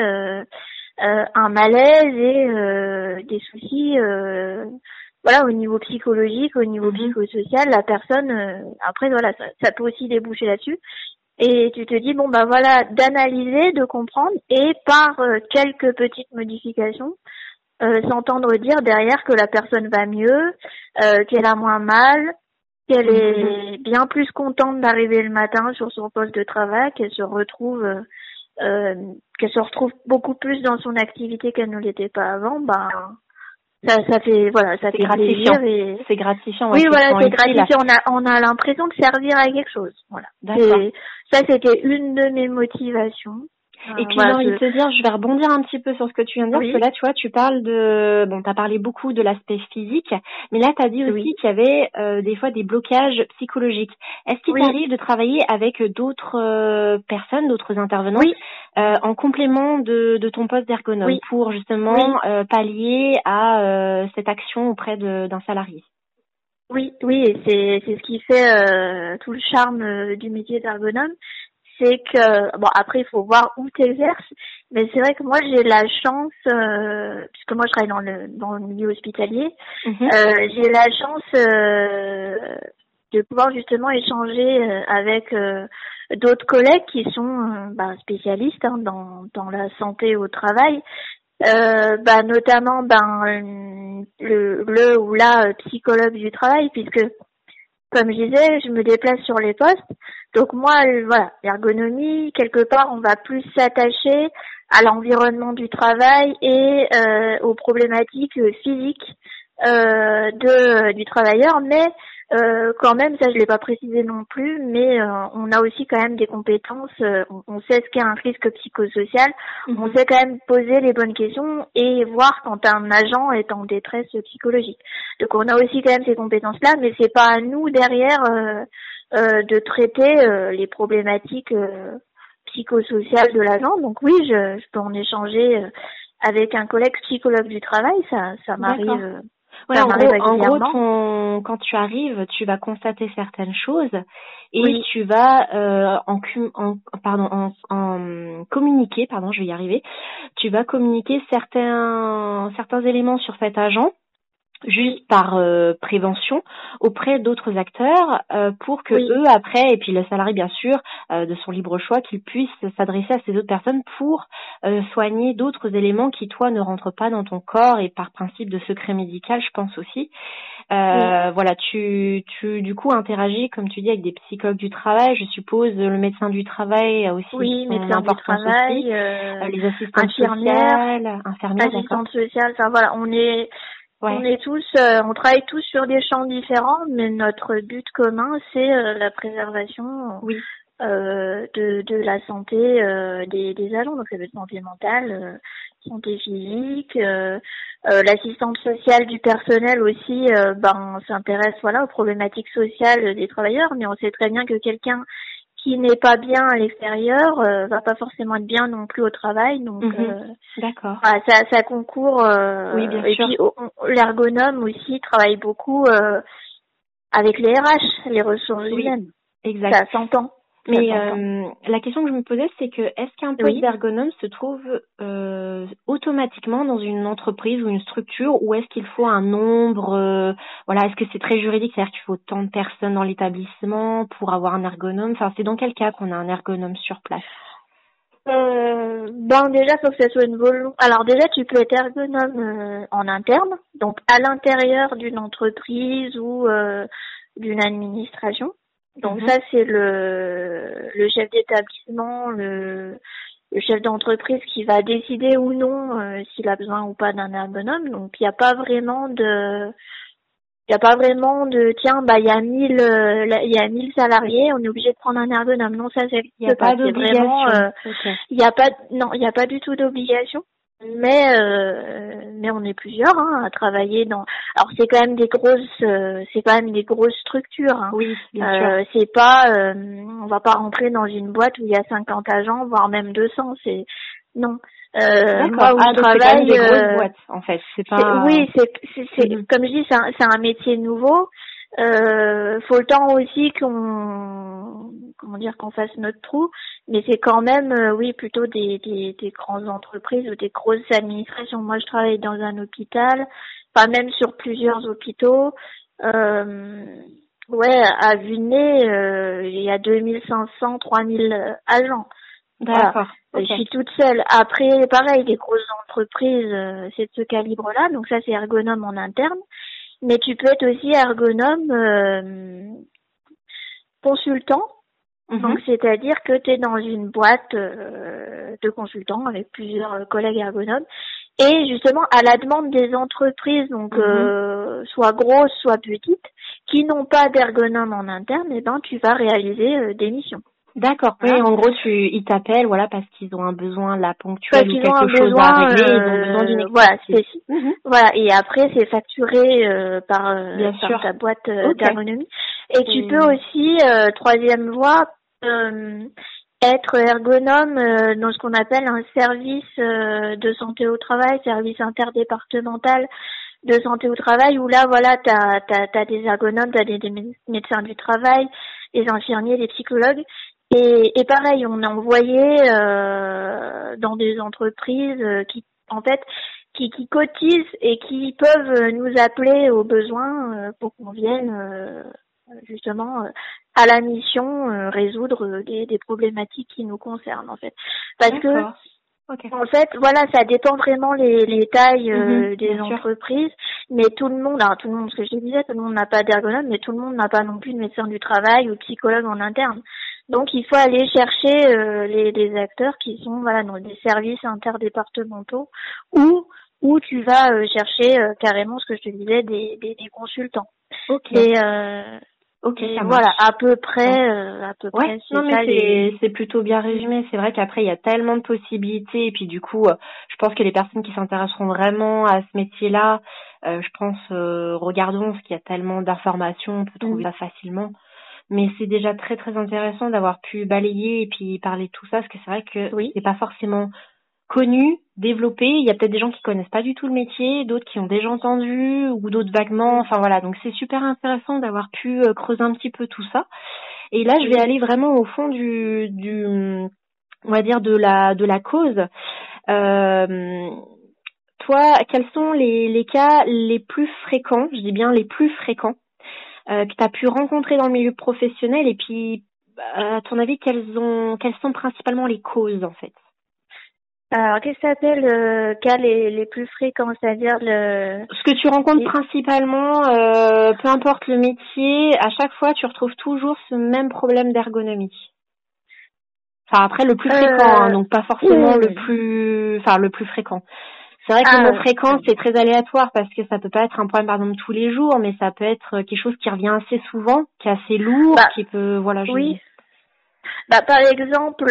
un malaise et des soucis, voilà, au niveau psychologique, au niveau psychosocial. La personne, après voilà, ça peut aussi déboucher là-dessus. Et tu te dis, bon, voilà, d'analyser, de comprendre, et par quelques petites modifications, s'entendre dire derrière que la personne va mieux, qu'elle a moins mal, qu'elle est bien plus contente d'arriver le matin sur son poste de travail, qu'elle se retrouve beaucoup plus dans son activité qu'elle ne l'était pas avant. Ça fait, voilà, ça fait gratifiant. plaisir. Et c'est gratifiant. oui, voilà, c'est gratifiant. On a l'impression de servir à quelque chose. Voilà. D'accord. Ça, c'était une de mes motivations. Et puis j'ai envie de te dire, je vais rebondir un petit peu sur ce que tu viens de dire, parce que là, tu vois, tu parles t'as parlé beaucoup de l'aspect physique, mais là, t'as dit aussi qu'il y avait des fois des blocages psychologiques. Est-ce qu'il t'arrive de travailler avec d'autres personnes, d'autres intervenants, en complément de ton poste d'ergonome, pour justement pallier à cette action auprès d'un salarié? Oui, et c'est ce qui fait tout le charme du métier d'ergonome. C'est que, bon, après, il faut voir où tu exerces, mais c'est vrai que moi, j'ai la chance, puisque moi, je travaille dans le milieu hospitalier, j'ai la chance de pouvoir justement échanger avec d'autres collègues qui sont spécialistes dans la santé au travail, notamment le ou la psychologue du travail, puisque comme je disais, je me déplace sur les postes. Donc moi, voilà, l'ergonomie, quelque part, on va plus s'attacher à l'environnement du travail et aux problématiques physiques du travailleur. Mais quand même, ça je l'ai pas précisé non plus, mais on a aussi quand même des compétences. On sait ce qu'est un risque psychosocial. On sait quand même poser les bonnes questions et voir quand un agent est en détresse psychologique. Donc on a aussi quand même ces compétences-là, mais c'est pas à nous derrière de traiter les problématiques psychosociales de l'agent. Donc oui, je peux en échanger avec un collègue psychologue du travail. Ça m'arrive. Ouais, en gros, quand tu arrives, tu vas constater certaines choses et tu vas communiquer, je vais y arriver. Tu vas communiquer certains éléments sur cet agent juste par prévention auprès d'autres acteurs pour que eux après, et puis le salarié bien sûr de son libre choix, qu'il puisse s'adresser à ces autres personnes pour soigner d'autres éléments qui toi ne rentrent pas dans ton corps, et par principe de secret médical je pense aussi. Voilà, tu du coup interagis comme tu dis avec des psychologues du travail, je suppose. Le médecin du travail a aussi son médecin du importance travail, aussi, les assistantes infirmières, infirmières, d'accord. sociales, enfin voilà, on est tous, on travaille tous sur des champs différents, mais notre but commun, c'est la préservation de la santé des agents. Donc ça peut être santé mentale, santé physique, l'assistante sociale du personnel aussi. On s'intéresse aux problématiques sociales des travailleurs, mais on sait très bien que quelqu'un qui n'est pas bien à l'extérieur va pas forcément être bien non plus au travail, donc d'accord. Ça concourt. Bien et sûr. puis l'ergonome aussi travaille beaucoup avec les RH, les ressources humaines. Exact. Ça s'entend. Mais la question que je me posais, c'est que est-ce qu'un poste d'ergonome se trouve automatiquement dans une entreprise ou une structure, ou est-ce qu'il faut un nombre est-ce que c'est très juridique, c'est-à-dire qu'il faut tant de personnes dans l'établissement pour avoir un ergonome? Enfin, c'est dans quel cas qu'on a un ergonome sur place? Déjà, faut que ça soit une volonté. Alors déjà, tu peux être ergonome en interne, donc à l'intérieur d'une entreprise ou d'une administration. Donc ça, c'est le chef d'établissement, le chef d'entreprise qui va décider ou non s'il a besoin ou pas d'un ergonome. Donc il n'y a pas vraiment de tiens, il y a 1000 salariés, on est obligé de prendre un ergonome. Non, ça c'est il n'y a pas d'obligation. Il n'y a pas du tout d'obligation. Mais on est plusieurs à travailler dans. Alors c'est quand même des grosses structures. Oui, bien sûr. C'est pas, on va pas rentrer dans une boîte où il y a 50 agents, voire même 200. Non. Moi où je travaille, c'est quand même des grosses boîtes en fait. C'est pas. C'est comme je dis, c'est un métier nouveau. Faut le temps aussi qu'on fasse notre trou, mais c'est quand même plutôt des grandes entreprises ou des grosses administrations. Moi je travaille dans un hôpital, pas même sur plusieurs hôpitaux. À vue de nez, il y a 2500, 3000 agents. D'accord. Je suis toute seule. Après, pareil, les grosses entreprises, c'est de ce calibre-là, donc ça c'est ergonome en interne. Mais tu peux être aussi ergonome consultant. Donc c'est-à-dire que tu es dans une boîte de consultants avec plusieurs collègues ergonomes. Et justement, à la demande des entreprises, donc soit grosses, soit petites, qui n'ont pas d'ergonome en interne, tu vas réaliser des missions. D'accord. Oui, en gros, ils t'appellent, parce qu'ils ont un besoin là ponctuel ou quelque chose à régler, ils ont besoin d'une expertise. Et après c'est facturé par ta boîte d'ergonomie. Et tu peux aussi, troisième voie, être ergonome dans ce qu'on appelle un service de santé au travail, service interdépartemental de santé au travail, où là t'as des ergonomes, t'as des médecins du travail, des infirmiers, des psychologues. Et pareil, on a envoyé dans des entreprises qui cotisent et qui peuvent nous appeler au besoin pour qu'on vienne justement à la mission résoudre des problématiques qui nous concernent en fait. Parce que en fait, ça dépend vraiment les tailles des entreprises, mais tout le monde, ce que je disais, tout le monde n'a pas d'ergonome, mais tout le monde n'a pas non plus de médecin du travail ou de psychologue en interne. Donc il faut aller chercher les acteurs qui sont dans des services interdépartementaux où tu vas chercher carrément ce que je te disais des consultants. Et à peu près c'est plutôt bien résumé. C'est vrai qu'après il y a tellement de possibilités, et puis du coup je pense que les personnes qui s'intéresseront vraiment à ce métier-là, je pense regardons, parce qu'il y a tellement d'informations, on peut trouver ça facilement. Mais c'est déjà très très intéressant d'avoir pu balayer et puis parler de tout ça, parce que c'est vrai que c'est pas forcément connu, développé. Il y a peut-être des gens qui connaissent pas du tout le métier, d'autres qui ont déjà entendu, ou d'autres vaguement. Enfin voilà, donc c'est super intéressant d'avoir pu creuser un petit peu tout ça. Et là, je vais aller vraiment au fond du on va dire de la cause. toi, quels sont les cas les plus fréquents, je dis bien les plus fréquents, que tu as pu rencontrer dans le milieu professionnel et puis, à ton avis, quelles sont principalement les causes en fait? Alors, qu'est-ce que ça s'appelle cas les plus fréquents, c'est-à-dire Ce que tu rencontres principalement, peu importe le métier, à chaque fois tu retrouves toujours ce même problème d'ergonomie. Enfin après le plus fréquent, donc pas forcément le plus fréquent. C'est vrai que le mot fréquent, c'est très aléatoire parce que ça peut pas être un problème par exemple tous les jours, mais ça peut être quelque chose qui revient assez souvent, qui est assez lourd, qui peut Oui. Par exemple,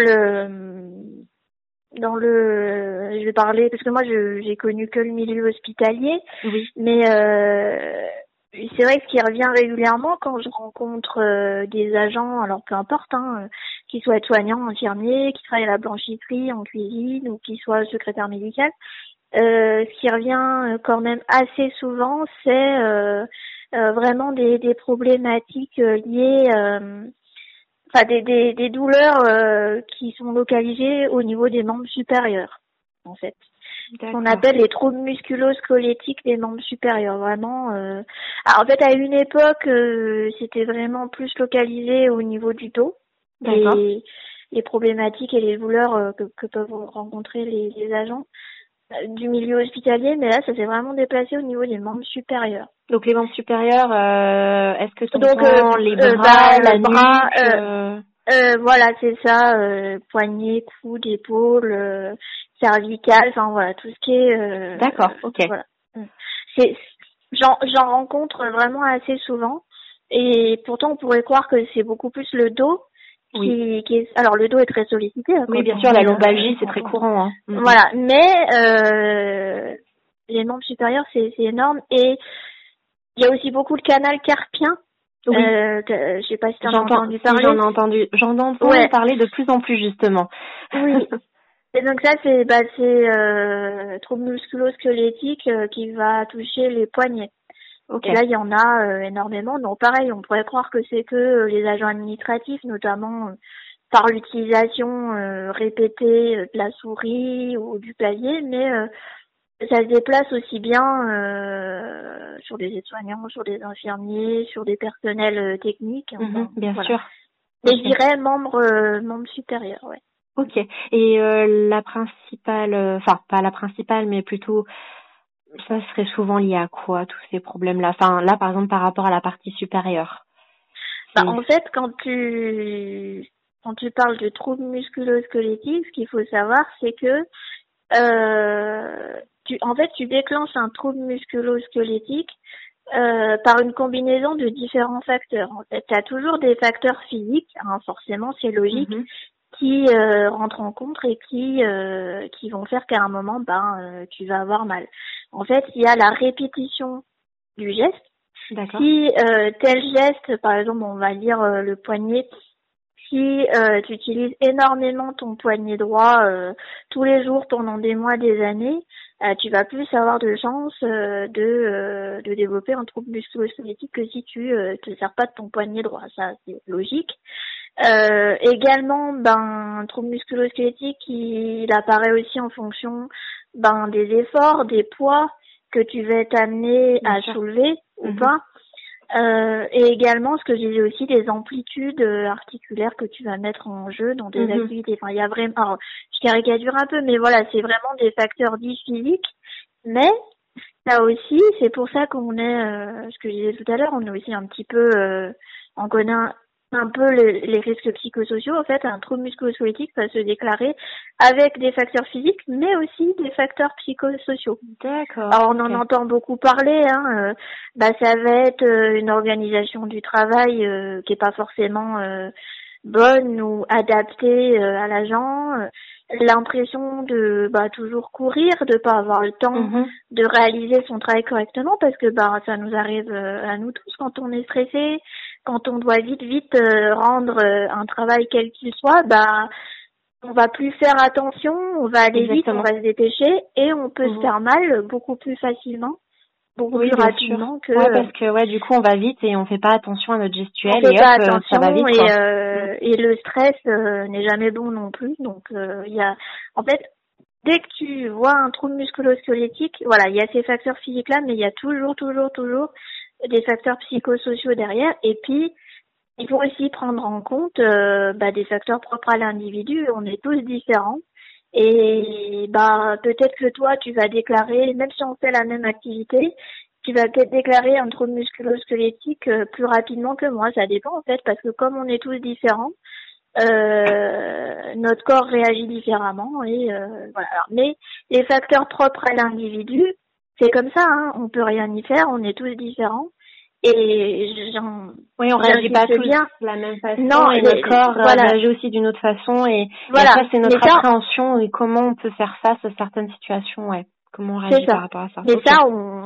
je vais parler parce que moi j'ai connu que le milieu hospitalier, mais c'est vrai que ce qui revient régulièrement quand je rencontre des agents, alors peu importe, qu'ils soient soignants, infirmiers, qui travaillent à la blanchisserie, en cuisine ou qui soient secrétaire médical, ce qui revient quand même assez souvent, c'est vraiment des problématiques liées, enfin des douleurs qui sont localisées au niveau des membres supérieurs, en fait. On appelle les troubles musculo-squelettiques des membres supérieurs, vraiment. Alors, en fait, à une époque, c'était vraiment plus localisé au niveau du dos. Et les problématiques et les douleurs que peuvent rencontrer les agents du milieu hospitalier, mais là, ça s'est vraiment déplacé au niveau des membres supérieurs. Donc les membres supérieurs, est-ce que c'est les bras, la nuque voilà, c'est ça, poignets, coudes, épaules, cervicales, enfin voilà, tout ce qui est. D'accord, ok. Voilà. J'en rencontre vraiment assez souvent, et pourtant on pourrait croire que c'est beaucoup plus le dos. Qui est, alors le dos est très sollicité. Oui, bien sûr, la lombalgie c'est très courant. Voilà, mais les membres supérieurs c'est énorme, et il y a aussi beaucoup le canal carpien. Oui. Je sais pas si t'en as entendu parler. Si, j'en entends parler de plus en plus justement. Oui. Et donc ça c'est trouble musculo-squelettique qui va toucher les poignets. Et là, il y en a énormément. Donc, pareil, on pourrait croire que c'est que les agents administratifs, notamment par l'utilisation répétée de la souris ou du clavier, mais ça se déplace aussi bien sur des aides-soignants, sur des infirmiers, sur des personnels techniques. Bien sûr. Mais je dirais membres supérieurs, ouais. Ok. Et la principale, enfin pas la principale, mais plutôt ça serait souvent lié à quoi, tous ces problèmes-là? Enfin, là, par exemple, par rapport à la partie supérieure. En fait, quand tu parles de troubles musculo-squelettiques, ce qu'il faut savoir, c'est que tu déclenches un trouble musculo-squelettique par une combinaison de différents facteurs. En fait, tu as toujours des facteurs physiques, forcément, c'est logique, qui rentrent en compte et qui vont faire qu'à un moment, tu vas avoir mal. En fait, il y a la répétition du geste. Si tel geste, par exemple, on va dire le poignet, si tu utilises énormément ton poignet droit tous les jours pendant des mois, des années, tu vas plus avoir de chances de développer un trouble musculo-squelettique que si tu te sers pas de ton poignet droit. Ça, c'est logique. Également, un trouble musculo-squelettique, il apparaît aussi en fonction des efforts, des poids que tu vas t'amener à soulever ou pas. Et également, ce que je disais aussi, des amplitudes articulaires que tu vas mettre en jeu dans des activités. Enfin, il y a vraiment, alors, je caricature un peu, mais voilà, c'est vraiment des facteurs dits physiques. Mais, là aussi, c'est pour ça qu'on est, ce que je disais tout à l'heure, on est aussi un petit peu, on connaît un peu les risques psychosociaux. En fait, un trouble musculo-squelettique va se déclarer avec des facteurs physiques, mais aussi des facteurs psychosociaux. D'accord. Alors, on en entend beaucoup parler, ça va être une organisation du travail qui est pas forcément bonne ou adaptée à l'agent, l'impression de toujours courir, de pas avoir le temps de réaliser son travail correctement, parce que ça nous arrive à nous tous quand on est stressé, quand on doit vite rendre un travail quel qu'il soit, on va plus faire attention, on va aller vite, on va se dépêcher, et on peut se faire mal beaucoup plus facilement, beaucoup plus rapidement que. Ouais, parce que du coup on va vite et on fait pas attention à notre gestuelle, on fait pas attention, ça va vite. Et le stress n'est jamais bon non plus. Donc il y a, en fait, dès que tu vois un trouble musculo-squelettique, voilà, il y a ces facteurs physiques-là, mais il y a toujours des facteurs psychosociaux derrière. Et puis, il faut aussi prendre en compte des facteurs propres à l'individu. On est tous différents. Et peut-être que toi, tu vas déclarer, même si on fait la même activité, tu vas peut-être déclarer un trouble musculo-squelettique plus rapidement que moi. Ça dépend en fait, parce que comme on est tous différents, notre corps réagit différemment et voilà. Alors, mais les facteurs propres à l'individu, c'est comme ça, hein, on peut rien y faire, on est tous différents et oui, on réagit pas tous bien. de la même façon Non, et notre corps voilà. réagit aussi d'une autre façon et Voilà. ça c'est notre appréhension et comment on peut faire face à certaines situations, ouais. Comment on réagit par rapport à ça. Mais ça,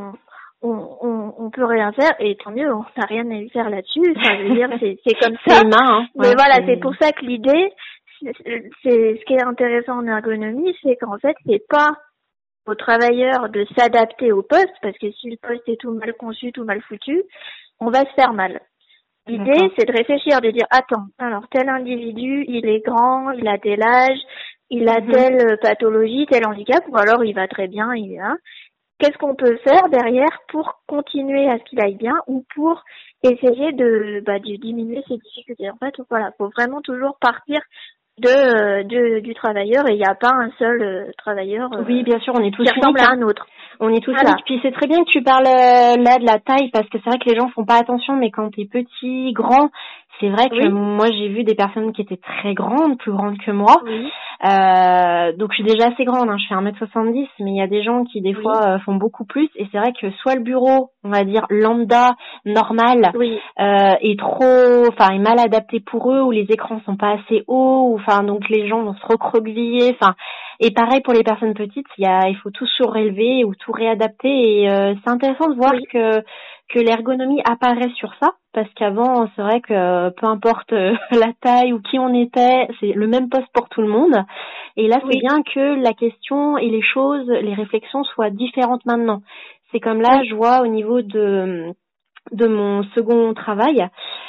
on peut rien faire et tant mieux, on n'a rien à y faire là-dessus. Enfin, je veux dire, c'est comme ça. C'est humain, hein. Mais voilà, c'est pour ça que l'idée, c'est ce qui est intéressant en ergonomie, c'est qu'en fait, c'est pas aux travailleurs de s'adapter au poste, parce que si le poste est tout mal conçu, tout mal foutu, on va se faire mal. L'idée, c'est de réfléchir, de dire, attends, alors tel individu, il est grand, il a tel âge, il a telle pathologie, tel handicap, ou alors il va très bien, qu'est-ce qu'on peut faire derrière pour continuer à ce qu'il aille bien ou pour essayer de diminuer ses difficultés. En fait, voilà, faut vraiment toujours partir du travailleur et il n'y a pas un seul travailleur oui, bien sûr, on est tous qui ressemble à un autre. On est tous uniques. Puis c'est très bien que tu parles là de la taille parce que c'est vrai que les gens font pas attention, mais quand t'es petit, grand, c'est vrai que moi j'ai vu des personnes qui étaient très grandes, plus grandes que moi. Oui. Donc je suis déjà assez grande, hein, je fais 1m70, mais il y a des gens qui des fois font beaucoup plus et c'est vrai que soit le bureau, on va dire lambda, normal, est est mal adapté pour eux ou les écrans sont pas assez hauts, donc les gens vont se recroqueviller, et pareil pour les personnes petites, il faut tout surélever ou tout réadapter et c'est intéressant de voir que l'ergonomie apparaît sur ça parce qu'avant c'est vrai que peu importe la taille ou qui on était, c'est le même poste pour tout le monde et là c'est bien que la question et les choses, les réflexions soient différentes maintenant. C'est comme là je vois au niveau de mon second travail,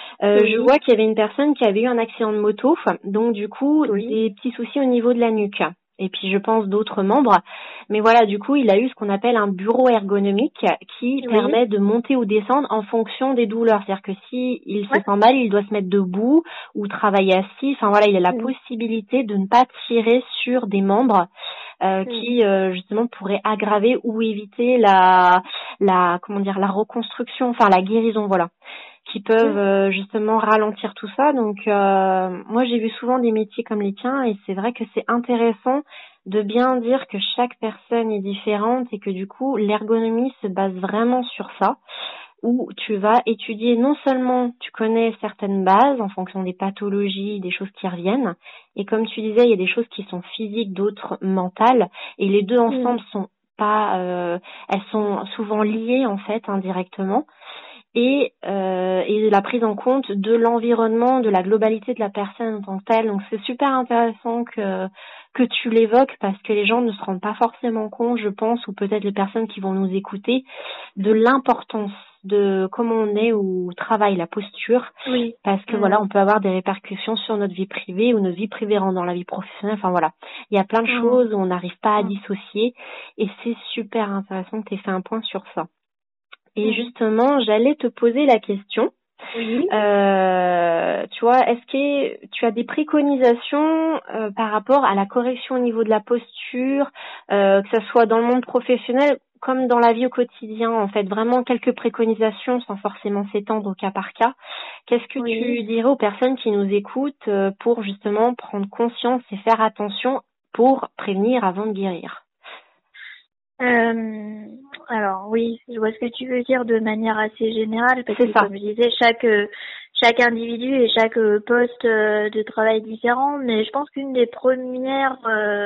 je vois qu'il y avait une personne qui avait eu un accident de moto, donc du coup des petits soucis au niveau de la nuque. Et puis je pense d'autres membres. Mais voilà, du coup, il a eu ce qu'on appelle un bureau ergonomique qui permet de monter ou descendre en fonction des douleurs. C'est-à-dire que si il se sent mal, il doit se mettre debout ou travailler assis. Enfin voilà, il a la possibilité de ne pas tirer sur des membres qui justement pourraient aggraver ou éviter la reconstruction, la guérison, voilà, qui peuvent justement ralentir tout ça. Donc moi j'ai vu souvent des métiers comme les tiens et c'est vrai que c'est intéressant de bien dire que chaque personne est différente et que du coup l'ergonomie se base vraiment sur ça, où tu vas étudier non seulement tu connais certaines bases en fonction des pathologies, des choses qui reviennent, et comme tu disais, il y a des choses qui sont physiques, d'autres mentales, et les deux ensemble sont pas elles sont souvent liées en fait indirectement. Et la prise en compte de l'environnement, de la globalité de la personne en tant que telle. Donc c'est super intéressant que tu l'évoques parce que les gens ne se rendent pas forcément compte, je pense, ou peut-être les personnes qui vont nous écouter, de l'importance de comment on est ou travaille la posture. Oui. Parce que voilà, on peut avoir des répercussions sur notre vie privée ou notre vie privée rentre dans la vie professionnelle. Enfin voilà, il y a plein de choses où on n'arrive pas à dissocier et c'est super intéressant que tu aies fait un point sur ça. Et justement, j'allais te poser la question. Oui. Tu vois, est-ce que tu as des préconisations par rapport à la correction au niveau de la posture, que ce soit dans le monde professionnel comme dans la vie au quotidien, en fait, vraiment quelques préconisations sans forcément s'étendre au cas par cas. Qu'est-ce que tu dirais aux personnes qui nous écoutent pour justement prendre conscience et faire attention pour prévenir avant de guérir? Alors oui, je vois ce que tu veux dire de manière assez générale parce que comme je disais, chaque individu et chaque poste de travail est différent, mais je pense qu'une des premières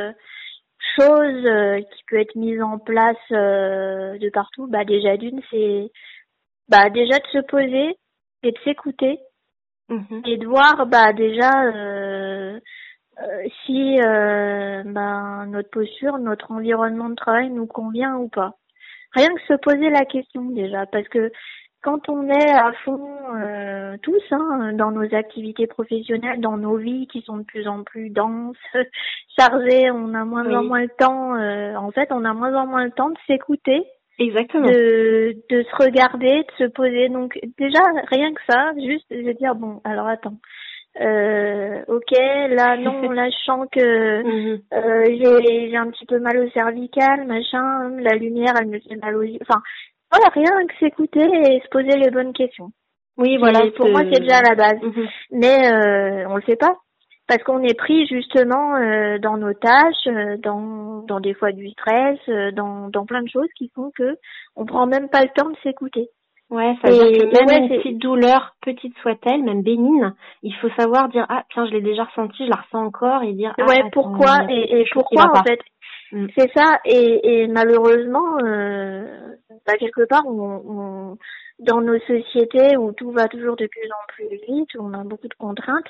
choses qui peut être mise en place de partout, déjà d'une, c'est déjà de se poser et de s'écouter et de voir déjà si notre posture, notre environnement de travail nous convient ou pas. Rien que se poser la question déjà, parce que quand on est à fond tous dans nos activités professionnelles, dans nos vies qui sont de plus en plus denses, chargées, on a moins en moins le temps. En fait, on a moins en moins le temps de s'écouter, Exactement. de se regarder, de se poser. Donc déjà rien que ça, juste de dire bon, alors attends. Ok, là non, là je sens que j'ai un petit peu mal au cervical, machin, la lumière elle me fait mal aux yeux. Enfin, voilà, rien que s'écouter et se poser les bonnes questions. Oui, voilà. Pour moi c'est déjà la base. Mais on le fait pas. Parce qu'on est pris justement dans nos tâches, dans des fois du stress, dans plein de choses qui font que on prend même pas le temps de s'écouter. Ouais, ça veut dire que même une petite douleur, petite soit-elle, même bénigne, il faut savoir dire ah tiens je l'ai déjà ressenti, je la ressens encore et dire ouais pourquoi et pourquoi en fait c'est ça et malheureusement quelque part on dans nos sociétés où tout va toujours de plus en plus vite, où on a beaucoup de contraintes,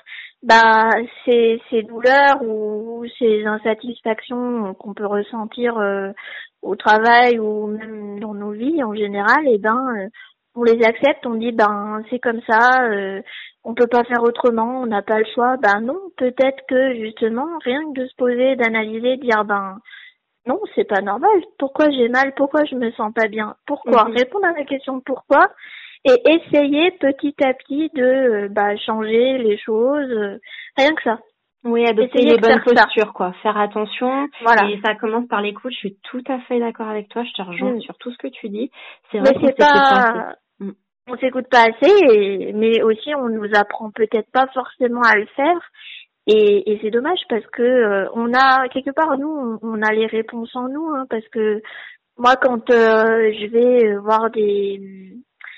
ces douleurs ou ces insatisfactions qu'on peut ressentir au travail ou même dans nos vies en général, on les accepte, on dit c'est comme ça, on peut pas faire autrement, on n'a pas le choix. Non, peut-être que justement, rien que de se poser, d'analyser, de dire non, c'est pas normal. Pourquoi j'ai mal? Pourquoi je me sens pas bien? Pourquoi? Répondre à la question pourquoi et essayer petit à petit de changer les choses. Rien que ça. Oui, adopter les bonnes postures, quoi. Faire attention. Voilà. Et ça commence par l'écoute. Je suis tout à fait d'accord avec toi. Je te rejoins sur tout ce que tu dis. C'est vrai qu'on s'écoute pas assez. On s'écoute pas assez, mais aussi on nous apprend peut-être pas forcément à le faire. Et c'est dommage parce que on a quelque part nous on a les réponses en nous parce que moi quand je vais voir des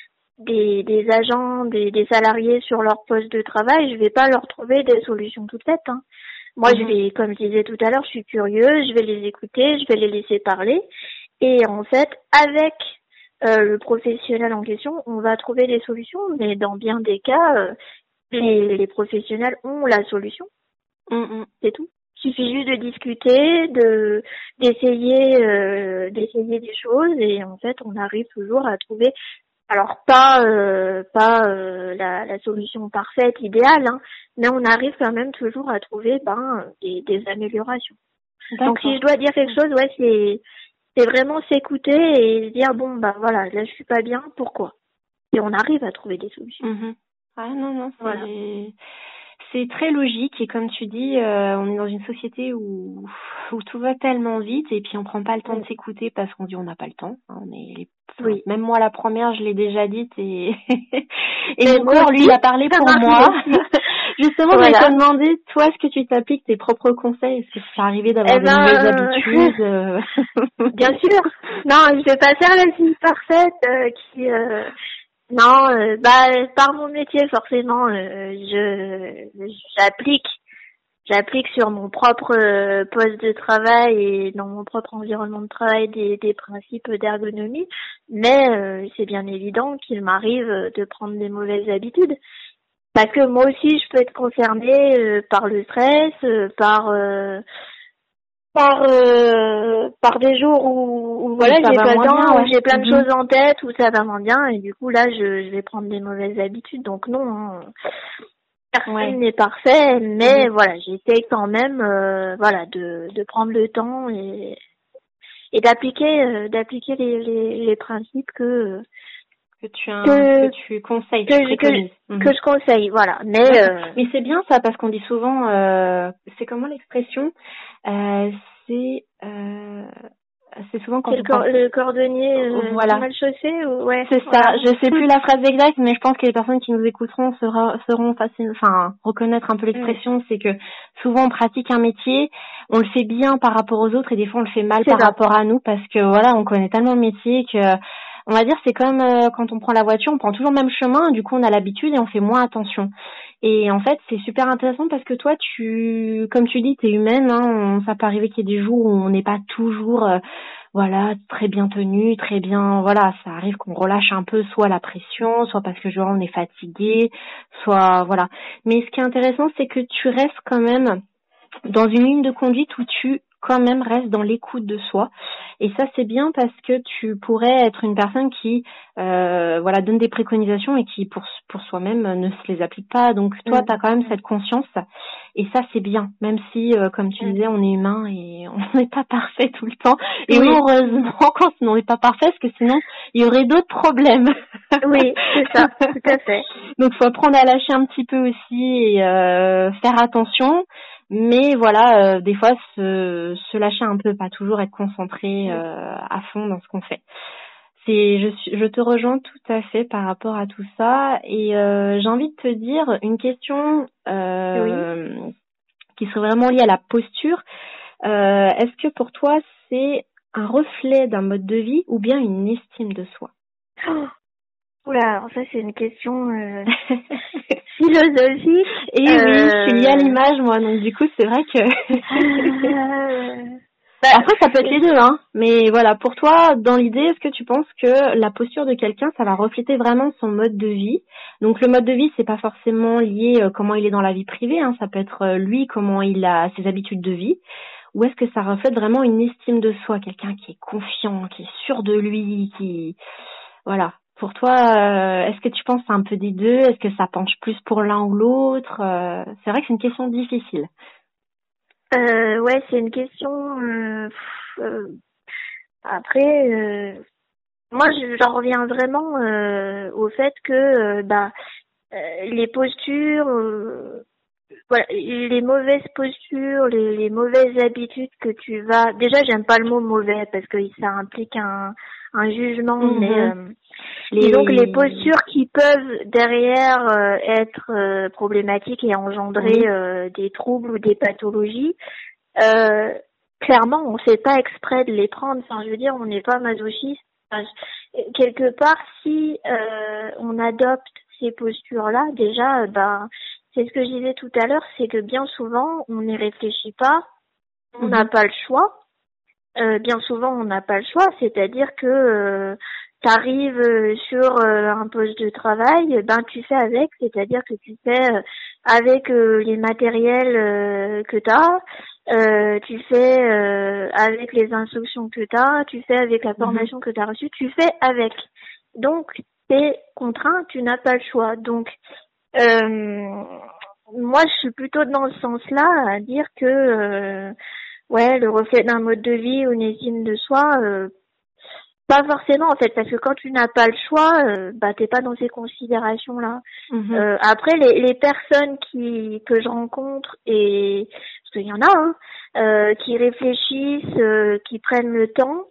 agents, des salariés sur leur poste de travail, je vais pas leur trouver des solutions toutes faites. Moi je vais, comme je disais tout à l'heure, je suis curieuse, je vais les écouter, je vais les laisser parler et en fait avec le professionnel en question, on va trouver des solutions, mais dans bien des cas, les professionnels ont la solution. C'est tout. Il suffit juste de discuter, d'essayer des choses et en fait on arrive toujours à trouver alors pas la solution parfaite, idéale, mais on arrive quand même toujours à trouver des améliorations. D'accord. Donc si je dois dire quelque chose, c'est vraiment s'écouter et se dire voilà, là je suis pas bien, pourquoi? Et on arrive à trouver des solutions. Ah non, c'est très logique et comme tu dis, on est dans une société où tout va tellement vite et puis on prend pas le temps de s'écouter parce qu'on dit on n'a pas le temps. Même moi la première, je l'ai déjà dite et mon corps lui il a parlé pour moi. Justement, je vais te demander toi ce que tu t'appliques tes propres conseils, est-ce que c'est arrivé d'avoir des nouvelles habitudes Bien sûr. Non, je vais pas faire la fille parfaite qui non, par mon métier forcément, j'applique sur mon propre poste de travail et dans mon propre environnement de travail des principes d'ergonomie, mais c'est bien évident qu'il m'arrive de prendre des mauvaises habitudes. Parce que moi aussi je peux être concernée par le stress, par des jours où voilà j'ai pas le temps, où j'ai plein de choses en tête, où ça va moins bien et du coup là je vais prendre des mauvaises habitudes. Donc non, personne n'est parfait, mais voilà, j'essaie quand même de prendre le temps et d'appliquer les principes que tu conseilles, que je conseille, voilà. Mais c'est bien ça parce qu'on dit souvent, c'est comment l'expression, c'est souvent quand le cordonnier mal chaussé ou c'est ça. Je sais plus la phrase exacte, mais je pense que les personnes qui nous écouteront seront reconnaître un peu l'expression. C'est que souvent on pratique un métier, on le fait bien par rapport aux autres et des fois on le fait mal par rapport à nous parce que voilà on connaît tellement le métier que on va dire c'est comme quand on prend la voiture, on prend toujours le même chemin, du coup on a l'habitude et on fait moins attention. Et en fait, c'est super intéressant parce que toi, comme tu dis, t'es humaine, ça peut arriver qu'il y ait des jours où on n'est pas toujours très bien tenu, très bien, ça arrive qu'on relâche un peu soit la pression, soit parce que on est fatigué, soit Mais ce qui est intéressant, c'est que tu restes quand même dans une ligne de conduite où tu quand même reste dans l'écoute de soi. Et ça, c'est bien parce que tu pourrais être une personne qui donne des préconisations et qui pour soi-même ne se les applique pas. Donc toi, tu as quand même cette conscience et ça, c'est bien, même si comme tu disais, on est humain et on n'est pas parfait tout le temps. Et heureusement quand on n'est pas parfait, parce que sinon il y aurait d'autres problèmes. Oui, c'est ça, tout à fait. Donc faut apprendre à lâcher un petit peu aussi et faire attention. Mais voilà, des fois se lâcher un peu, pas toujours être concentré à fond dans ce qu'on fait. Je te rejoins tout à fait par rapport à tout ça et j'ai envie de te dire une question qui serait vraiment liée à la posture. Est-ce que pour toi c'est un reflet d'un mode de vie ou bien une estime de soi? Oula, alors ça c'est une question philosophique. Et oui, je suis liée à l'image moi, donc du coup c'est vrai que... Après ça peut être les deux, hein. Mais voilà, pour toi, dans l'idée, est-ce que tu penses que la posture de quelqu'un, ça va refléter vraiment son mode de vie? Donc le mode de vie, c'est pas forcément lié comment il est dans la vie privée, hein. Ça peut être lui, comment il a ses habitudes de vie. Ou est-ce que ça reflète vraiment une estime de soi, quelqu'un qui est confiant, qui est sûr de lui, qui... Voilà. Pour toi, est-ce que tu penses que c'est un peu des deux? Est-ce que ça penche plus pour l'un ou l'autre? C'est vrai que c'est une question difficile. Ouais, c'est une question... Après, moi, j'en reviens vraiment au fait que les postures... voilà, les mauvaises postures, les mauvaises habitudes que tu vas... Déjà, j'aime pas le mot mauvais parce que ça implique un jugement, mais donc les postures qui peuvent derrière être problématiques et engendrer des troubles ou des pathologies, clairement, on fait pas exprès de les prendre. Enfin, je veux dire, on n'est pas masochiste. Enfin, quelque part, si on adopte ces postures-là, déjà, c'est ce que je disais tout à l'heure, c'est que bien souvent, on n'y réfléchit pas, on n'a pas le choix. Bien souvent, on n'a pas le choix, c'est-à-dire que tu arrives sur un poste de travail, tu fais avec, c'est-à-dire que tu fais avec les matériels que tu as, tu fais avec les instructions que tu as, tu fais avec la formation que tu as reçue, tu fais avec. Donc, tu es contraint, tu n'as pas le choix. Donc, moi, je suis plutôt dans ce sens-là, à dire que le reflet d'un mode de vie ou une estime de soi, pas forcément en fait, parce que quand tu n'as pas le choix, t'es pas dans ces considérations-là. Après, les personnes que je rencontre, et parce qu'il y en a, qui réfléchissent, qui prennent le temps,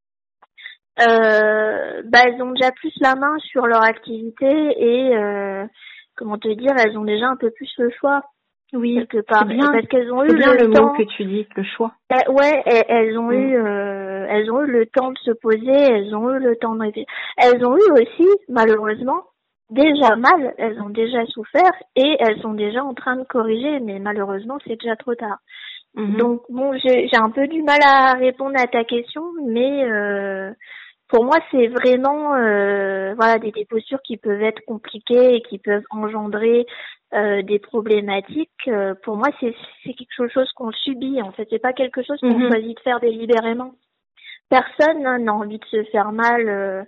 elles ont déjà plus la main sur leur activité et comment te dire, elles ont déjà un peu plus le choix. Oui, quelque part, c'est bien, parce qu'elles ont eu bien le temps. mot que tu dis, le choix. Elles ont eu le temps de se poser, elles ont eu le temps de réfléchir. Elles ont eu aussi, malheureusement, déjà mal, elles ont déjà souffert et elles sont déjà en train de corriger, mais malheureusement, c'est déjà trop tard. Donc bon, j'ai un peu du mal à répondre à ta question, mais pour moi, c'est vraiment des postures qui peuvent être compliquées et qui peuvent engendrer des problématiques. Pour moi, c'est quelque chose qu'on subit. En fait, c'est pas quelque chose qu'on choisit de faire délibérément. Personne n'a envie de se faire mal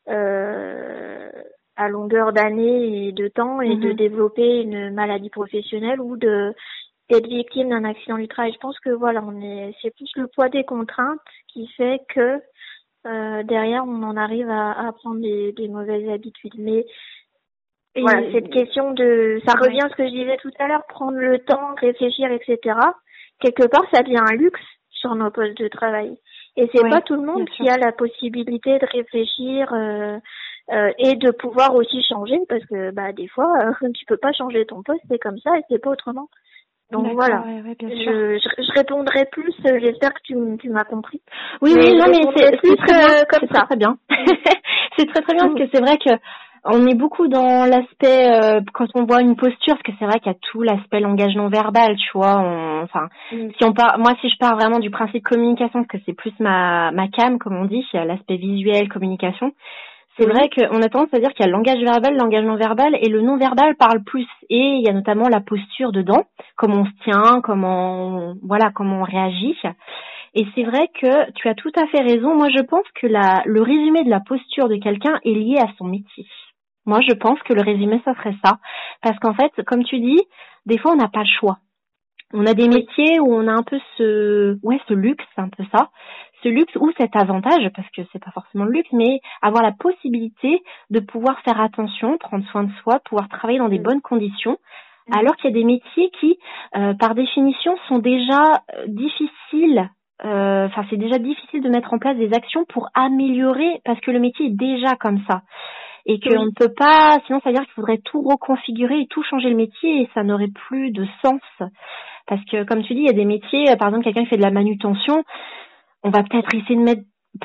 à longueur d'années et de temps et de développer une maladie professionnelle ou d'être victime d'un accident du travail. Je pense que c'est plus le poids des contraintes qui fait que derrière on en arrive à prendre des mauvaises habitudes. Mais cette question ça revient à ce que je disais tout à l'heure, prendre le temps, réfléchir, etc. Quelque part, ça devient un luxe sur nos postes de travail. Et c'est pas tout le monde qui a la possibilité de réfléchir et de pouvoir aussi changer, parce que des fois, tu peux pas changer ton poste, c'est comme ça et c'est pas autrement. Donc voilà, je répondrai plus, j'espère que tu m'as compris. Oui, non, mais c'est très bien, comme ça. Très bien. C'est très très bien parce que c'est vrai que on est beaucoup dans l'aspect quand on voit une posture, parce que c'est vrai qu'il y a tout l'aspect langage non verbal, tu vois. Si je pars vraiment du principe communication, parce que c'est plus ma cam, comme on dit, l'aspect visuel, communication. C'est vrai qu'on a tendance à dire qu'il y a le langage verbal, le langage non verbal, et le non verbal parle plus. Et il y a notamment la posture dedans, comment on se tient, comment on réagit. Et c'est vrai que tu as tout à fait raison. Moi, je pense que le résumé de la posture de quelqu'un est lié à son métier. Moi, je pense que le résumé, ça serait ça. Parce qu'en fait, comme tu dis, des fois, on n'a pas le choix. On a des métiers où on a un peu ce luxe, un peu ça, ce luxe ou cet avantage, parce que c'est pas forcément le luxe, mais avoir la possibilité de pouvoir faire attention, prendre soin de soi, pouvoir travailler dans des bonnes conditions, alors qu'il y a des métiers qui, par définition, sont déjà difficiles. Enfin, c'est déjà difficile de mettre en place des actions pour améliorer, parce que le métier est déjà comme ça. Et qu'on ne peut pas, sinon ça veut dire qu'il faudrait tout reconfigurer et tout changer le métier et ça n'aurait plus de sens. Parce que, comme tu dis, il y a des métiers, par exemple, quelqu'un qui fait de la manutention, on va peut-être essayer de mettre,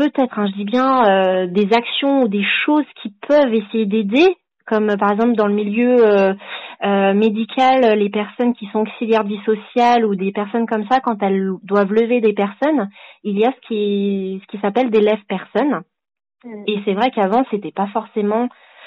je dis bien, des actions ou des choses qui peuvent essayer d'aider, comme par exemple dans le milieu médical, les personnes qui sont auxiliaires de vie sociale ou des personnes comme ça, quand elles doivent lever des personnes, il y a ce qui s'appelle des lève-personnes. Et c'est vrai qu'avant, c'était pas forcément...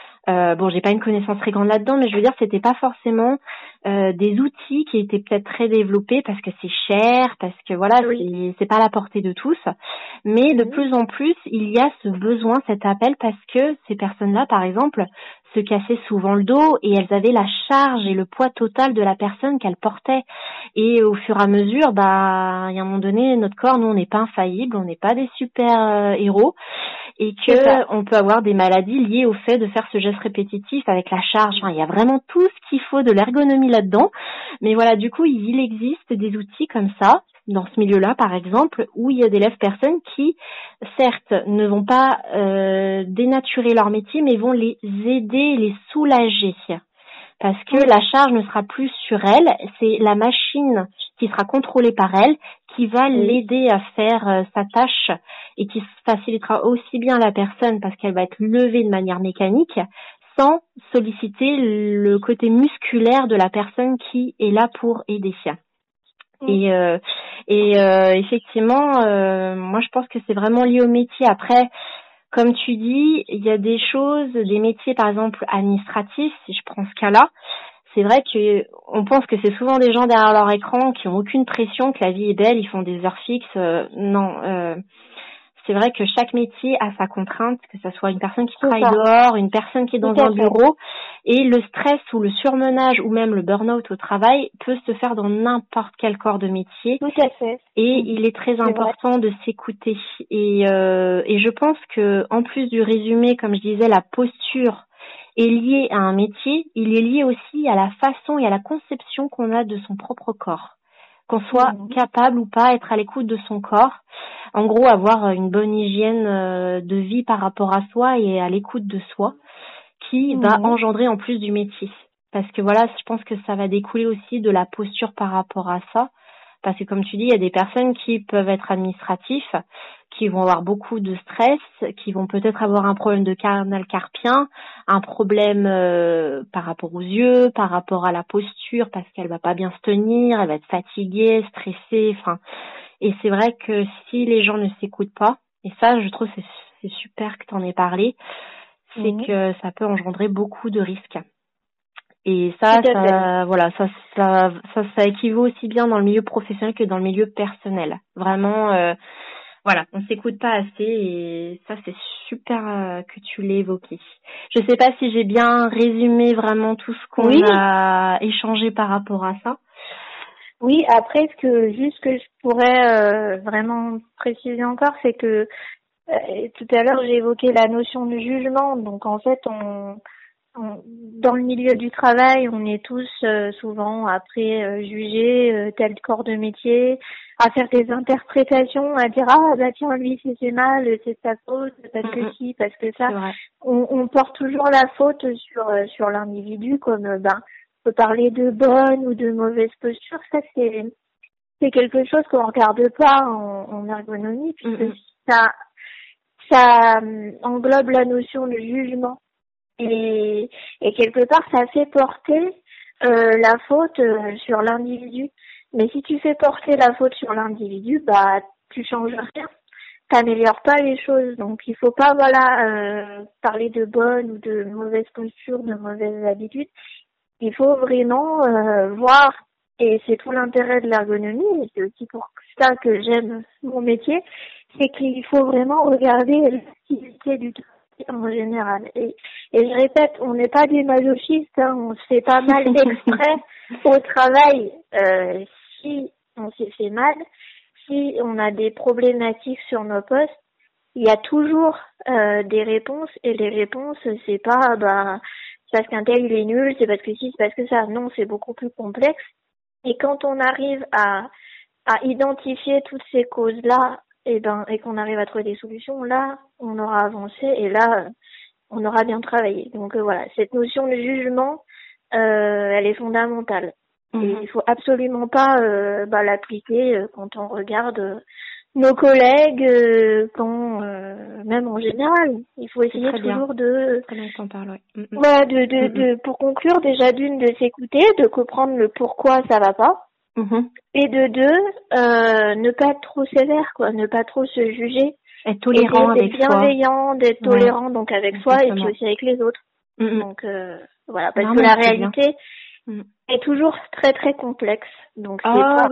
j'ai pas une connaissance très grande là-dedans, mais je veux dire, c'était pas forcément des outils qui étaient peut-être très développés parce que c'est cher, parce que voilà, c'est pas à la portée de tous. Mais de plus en plus, il y a ce besoin, cet appel, parce que ces personnes-là, par exemple, se cassaient souvent le dos et elles avaient la charge et le poids total de la personne qu'elles portaient. Et au fur et à mesure, il y a un moment donné, notre corps, nous, on n'est pas infaillible, on n'est pas des super héros. Et que on peut avoir des maladies liées au fait de faire ce geste répétitif avec la charge. Enfin, il y a vraiment tout ce qu'il faut de l'ergonomie là-dedans. Mais voilà, du coup, il existe des outils comme ça, dans ce milieu-là, par exemple, où il y a des personnes qui, certes, ne vont pas dénaturer leur métier, mais vont les aider, les soulager. Parce que la charge ne sera plus sur elle, c'est la machine qui sera contrôlée par elle qui va l'aider à faire sa tâche et qui facilitera aussi bien la personne parce qu'elle va être levée de manière mécanique sans solliciter le côté musculaire de la personne qui est là pour aider. Et effectivement, moi je pense que c'est vraiment lié au métier. Après, comme tu dis, il y a des choses, des métiers par exemple administratifs, si je prends ce cas-là, c'est vrai que on pense que c'est souvent des gens derrière leur écran qui ont aucune pression, que la vie est belle, ils font des heures fixes. Non, c'est vrai que chaque métier a sa contrainte, que ce soit une personne qui travaille dehors, une personne qui est dans un bureau, et le stress ou le surmenage ou même le burn-out au travail peut se faire dans n'importe quel corps de métier. Tout à fait. Et il est très important de s'écouter. Et je pense que en plus du résumé, comme je disais, la posture est liée à un métier, il est lié aussi à la façon et à la conception qu'on a de son propre corps. Qu'on soit capable ou pas, être à l'écoute de son corps. En gros, avoir une bonne hygiène de vie par rapport à soi et à l'écoute de soi qui va engendrer en plus du métier. Parce que voilà, je pense que ça va découler aussi de la posture par rapport à ça. Parce que comme tu dis, il y a des personnes qui peuvent être administratifs, qui vont avoir beaucoup de stress, qui vont peut-être avoir un problème de canal carpien, un problème par rapport aux yeux, par rapport à la posture, parce qu'elle va pas bien se tenir, elle va être fatiguée, stressée, enfin. Et c'est vrai que si les gens ne s'écoutent pas, et ça, je trouve c'est super que tu en aies parlé, c'est que ça peut engendrer beaucoup de risques. Et ça équivaut aussi bien dans le milieu professionnel que dans le milieu personnel. Vraiment, on s'écoute pas assez et ça c'est super que tu l'aies évoqué. Je sais pas si j'ai bien résumé vraiment tout ce qu'on a échangé par rapport à ça. Oui, après ce que je pourrais vraiment préciser encore, c'est que tout à l'heure j'ai évoqué la notion de jugement. Donc en fait, dans le milieu du travail, on est tous souvent après juger tel corps de métier, à faire des interprétations, à dire tiens lui c'est mal, c'est sa faute, parce que si, parce que ça. On porte toujours la faute sur l'individu, comme on peut parler de bonne ou de mauvaise posture. Ça c'est quelque chose qu'on regarde pas en ergonomie, puisque ça englobe la notion de jugement. Et quelque part, ça fait porter la faute sur l'individu. Mais si tu fais porter la faute sur l'individu, tu changes rien, t'améliores pas les choses. Donc il faut pas parler de bonne ou de mauvaise posture, de mauvaises habitudes. Il faut vraiment voir Et c'est tout l'intérêt de l'ergonomie, et c'est aussi pour ça que j'aime mon métier, c'est qu'il faut vraiment regarder l'activité du travail en général. Et je répète, on n'est pas des masochistes, hein, on se fait pas mal exprès au travail si on s'est fait mal, si on a des problématiques sur nos postes. Il y a toujours des réponses, et les réponses, c'est pas c'est parce qu'un tel il est nul, c'est parce que si, c'est parce que ça. Non, c'est beaucoup plus complexe. Et quand on arrive à identifier toutes ces causes-là, et qu'on arrive à trouver des solutions, là, on aura avancé, et là, on aura bien travaillé. Donc voilà, cette notion de jugement, elle est fondamentale. Et il faut absolument pas l'appliquer quand on regarde nos collègues, même en général. Il faut essayer toujours de pour conclure, déjà d'une, de s'écouter, de comprendre le pourquoi ça va pas. Et de deux, ne pas être trop sévère, quoi, ne pas trop se juger. Être tolérant avec soi. D'être bienveillant, d'être tolérant donc avec soi et puis aussi avec les autres. Donc voilà, parce que la réalité est toujours très très complexe. Donc c'est pas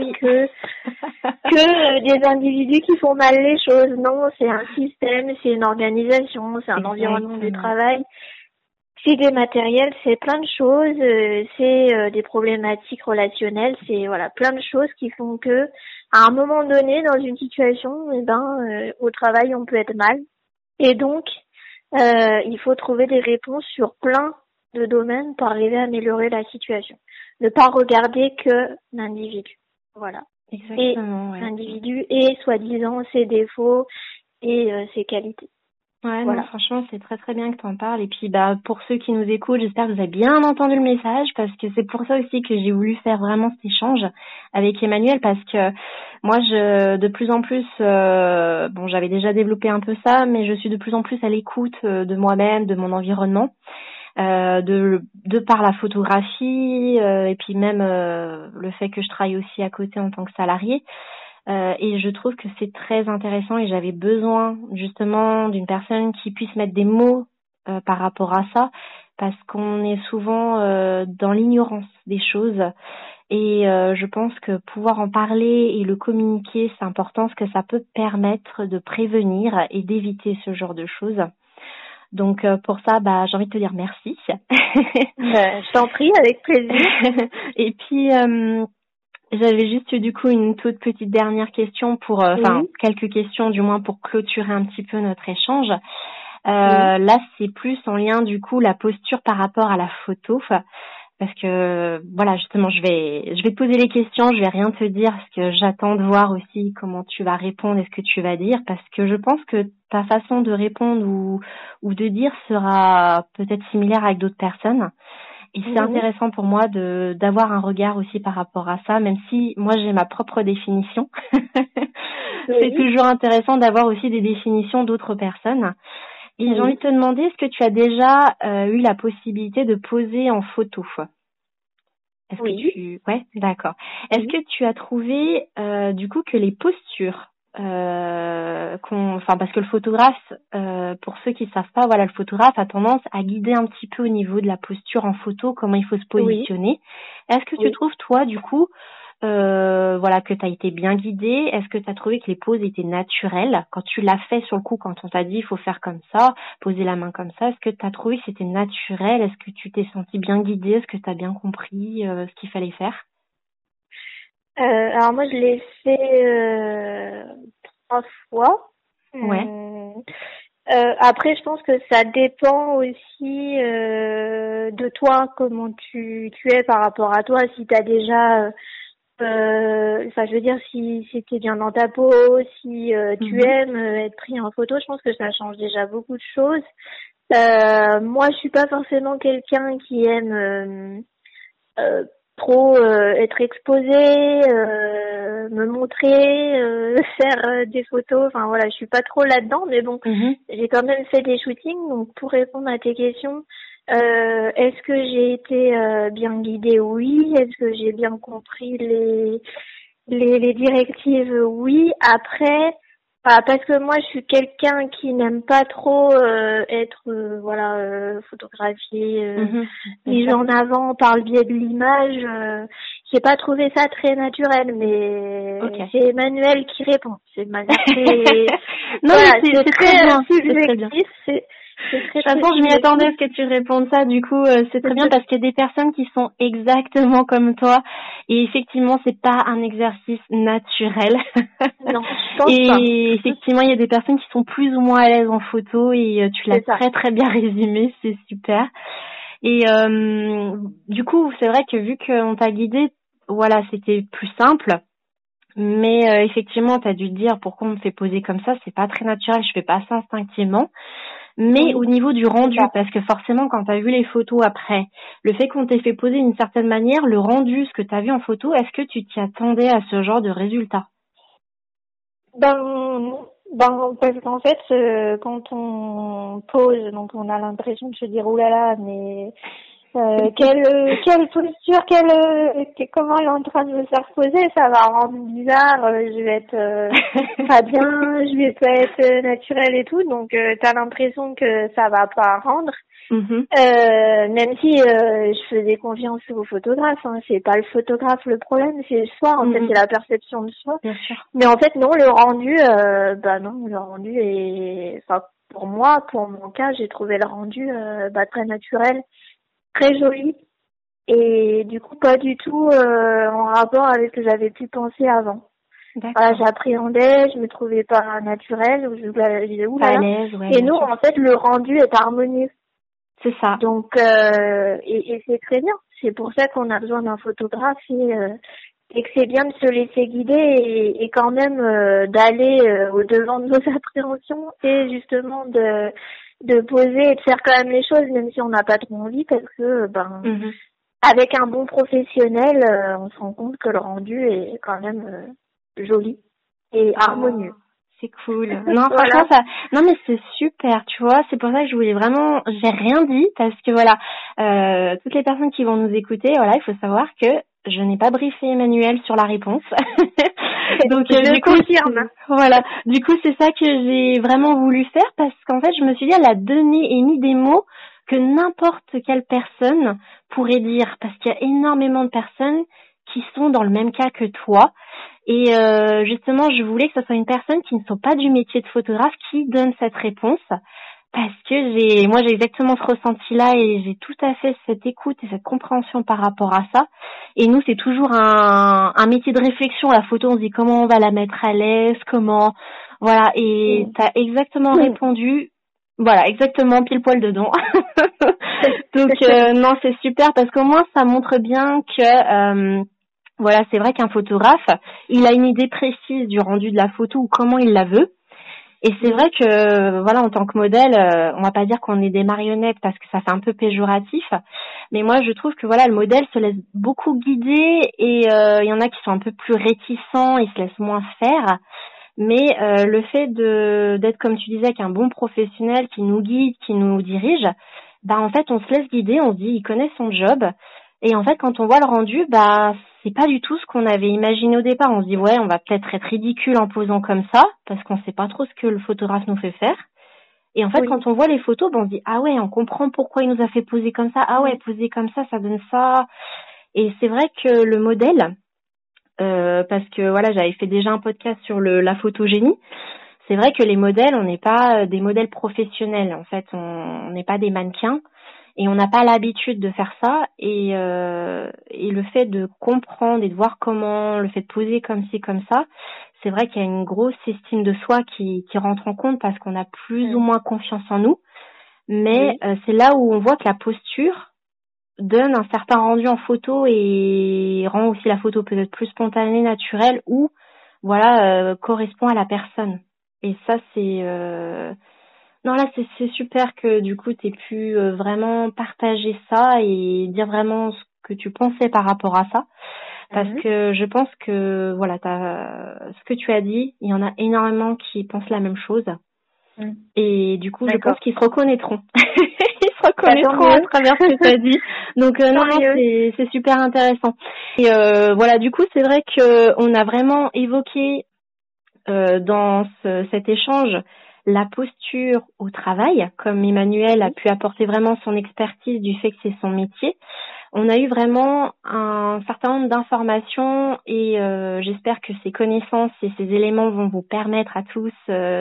que des individus qui font mal les choses. Non, c'est un système, c'est une organisation, c'est un environnement du travail. C'est des matériels, c'est plein de choses, c'est des problématiques relationnelles, c'est plein de choses qui font que à un moment donné dans une situation, au travail on peut être mal, et donc il faut trouver des réponses sur plein de domaines pour arriver à améliorer la situation. Ne pas regarder que l'individu, voilà. Exactement, l'individu et soi-disant ses défauts et ses qualités. Ouais, non, franchement, c'est très très bien que tu en parles. Et puis, pour ceux qui nous écoutent, j'espère que vous avez bien entendu le message, parce que c'est pour ça aussi que j'ai voulu faire vraiment cet échange avec Emmanuel, parce que moi, de plus en plus, j'avais déjà développé un peu ça, mais je suis de plus en plus à l'écoute de moi-même, de mon environnement, de par la photographie, et puis même le fait que je travaille aussi à côté en tant que salariée. Et je trouve que c'est très intéressant, et j'avais besoin justement d'une personne qui puisse mettre des mots par rapport à ça, parce qu'on est souvent dans l'ignorance des choses, et je pense que pouvoir en parler et le communiquer, c'est important, parce que ça peut permettre de prévenir et d'éviter ce genre de choses. Donc pour ça, j'ai envie de te dire merci. Je t'en prie, avec plaisir. Et puis j'avais juste du coup une toute petite dernière question pour, quelques questions du moins pour clôturer un petit peu notre échange. Là, c'est plus en lien du coup la posture par rapport à la photo, parce que voilà, justement, je vais te poser les questions, je vais rien te dire parce que j'attends de voir aussi comment tu vas répondre et ce que tu vas dire, parce que je pense que ta façon de répondre ou de dire sera peut-être similaire avec d'autres personnes. Et c'est intéressant pour moi d'avoir un regard aussi par rapport à ça, même si moi j'ai ma propre définition. C'est toujours intéressant d'avoir aussi des définitions d'autres personnes. Et j'ai envie de te demander, est-ce que tu as déjà eu la possibilité de poser en photo? Est-ce que Ouais, d'accord. Est-ce que tu as trouvé du coup que les postures parce que le photographe, pour ceux qui savent pas, le photographe a tendance à guider un petit peu au niveau de la posture en photo, comment il faut se positionner. Est-ce que tu trouves, toi, du coup, que tu as été bien guidée? Est-ce que tu as trouvé que les poses étaient naturelles quand tu l'as fait sur le coup, quand on t'a dit il faut faire comme ça, poser la main comme ça? Est-ce que tu as trouvé que c'était naturel? Est-ce que tu t'es sentie bien guidée? Est-ce que tu as bien compris ce qu'il fallait faire? Alors moi je l'ai fait 3 fois. Après je pense que ça dépend aussi de toi, comment tu es par rapport à toi, si tu as déjà je veux dire si t'es bien dans ta peau, si tu aimes être pris en photo, je pense que ça change déjà beaucoup de choses. Moi je suis pas forcément quelqu'un qui aime trop être exposé, me montrer, faire des photos, je suis pas trop là-dedans, mais bon, j'ai quand même fait des shootings, donc pour répondre à tes questions, est-ce que j'ai été bien guidée? Oui. Est-ce que j'ai bien compris les directives? Oui. Après, parce que moi je suis quelqu'un qui n'aime pas trop être photographié, mis en avant par le biais de l'image. j'ai pas trouvé ça très naturel, mais c'est Emmanuel qui répond. C'est non, voilà, c'est très bien. subjectif. De toute façon, je m'y attendais à ce que tu répondes ça. Du coup, c'est très bien parce qu'il y a des personnes qui sont exactement comme toi. Et effectivement, c'est pas un exercice naturel. Non, je pense et pas. Et effectivement, il y a des personnes qui sont plus ou moins à l'aise en photo et tu l'as très très bien résumé. C'est super. Et du coup, c'est vrai que vu qu'on t'a guidé, voilà, c'était plus simple. Mais effectivement, t'as dû te dire pourquoi on me fait poser comme ça. C'est pas très naturel. Je fais pas ça instinctivement. Mais au niveau du rendu, parce que forcément, quand tu as vu les photos après, le fait qu'on t'ait fait poser d'une certaine manière, le rendu, ce que tu as vu en photo, est-ce que tu t'y attendais à ce genre de résultat? Parce qu'en fait, quand on pose, donc on a l'impression de se dire oulala, mais quelle posture, comment elle est en train de me faire poser, ça va rendre bizarre, je vais être pas bien, je vais pas être naturelle et tout, donc t'as l'impression que ça va pas rendre. Même si je faisais confiance au photographe, hein, c'est pas le photographe le problème, c'est soi, en fait, c'est la perception de soi. Bien sûr. Mais en fait, non, le rendu, non, le rendu est, enfin, pour moi, pour mon cas, j'ai trouvé le rendu très naturel, très joli, et du coup pas du tout en rapport avec ce que j'avais pu penser avant. Voilà, j'appréhendais, je me trouvais pas naturelle, je disais oulala. Et non, en fait, le rendu est harmonieux. C'est ça. Donc, et c'est très bien. C'est pour ça qu'on a besoin d'un photographe et que c'est bien de se laisser guider et quand même d'aller au-devant de nos appréhensions et justement de poser et de faire quand même les choses même si on n'a pas trop envie parce que avec un bon professionnel, on se rend compte que le rendu est quand même joli et harmonieux. C'est cool. Non, franchement, ça, non, mais c'est super, tu vois. C'est pour ça que je voulais vraiment, j'ai rien dit parce que voilà, toutes les personnes qui vont nous écouter, voilà, il faut savoir que je n'ai pas briefé Emmanuel sur la réponse. Donc, je confirme. Voilà. Du coup, c'est ça que j'ai vraiment voulu faire parce qu'en fait, je me suis dit, elle a donné et mis des mots que n'importe quelle personne pourrait dire parce qu'il y a énormément de personnes qui sont dans le même cas que toi. Et justement, je voulais que ce soit une personne qui ne soit pas du métier de photographe qui donne cette réponse parce que j'ai exactement ce ressenti-là et j'ai tout à fait cette écoute et cette compréhension par rapport à ça. Et nous, c'est toujours un métier de réflexion. La photo, on se dit comment on va la mettre à l'aise, comment, voilà. Et t'as exactement répondu. Voilà, exactement, pile poil dedans. Donc, non, c'est super parce qu'au moins, ça montre bien que... voilà, c'est vrai qu'un photographe, il a une idée précise du rendu de la photo ou comment il la veut. Et c'est vrai que, voilà, en tant que modèle, on va pas dire qu'on est des marionnettes parce que ça fait un peu péjoratif. Mais moi, je trouve que, voilà, le modèle se laisse beaucoup guider et il y en a qui sont un peu plus réticents, ils se laissent moins faire. Mais le fait d'être, comme tu disais, qu'un bon professionnel qui nous guide, qui nous dirige, en fait, on se laisse guider, on se dit, il connaît son job. Et en fait, quand on voit le rendu, c'est pas du tout ce qu'on avait imaginé au départ. On se dit, ouais, on va peut-être être ridicule en posant comme ça, parce qu'on sait pas trop ce que le photographe nous fait faire. Et en fait, quand on voit les photos, on se dit, ah ouais, on comprend pourquoi il nous a fait poser comme ça. Ah ouais, poser comme ça donne ça. Et c'est vrai que le modèle, parce que voilà, j'avais fait déjà un podcast sur la photogénie. C'est vrai que les modèles, on n'est pas des modèles professionnels. En fait, on n'est pas des mannequins. Et on n'a pas l'habitude de faire ça et le fait de comprendre et de voir comment, le fait de poser comme ci, comme ça, c'est vrai qu'il y a une grosse estime de soi qui rentre en compte parce qu'on a plus ou moins confiance en nous. Mais c'est là où on voit que la posture donne un certain rendu en photo et rend aussi la photo peut-être plus spontanée, naturelle ou voilà correspond à la personne. Et ça c'est non, là, c'est super que du coup, t'aies pu vraiment partager ça et dire vraiment ce que tu pensais par rapport à ça. Parce que je pense que, voilà, ce que tu as dit, il y en a énormément qui pensent la même chose. Et du coup, je pense qu'ils se reconnaîtront. Ils se reconnaîtront à travers ce que tu as dit. Donc, non, c'est super intéressant. Et voilà, du coup, c'est vrai que on a vraiment évoqué dans cet échange la posture au travail, comme Emmanuel a pu apporter vraiment son expertise du fait que c'est son métier. On a eu vraiment un certain nombre d'informations et j'espère que ces connaissances et ces éléments vont vous permettre à tous,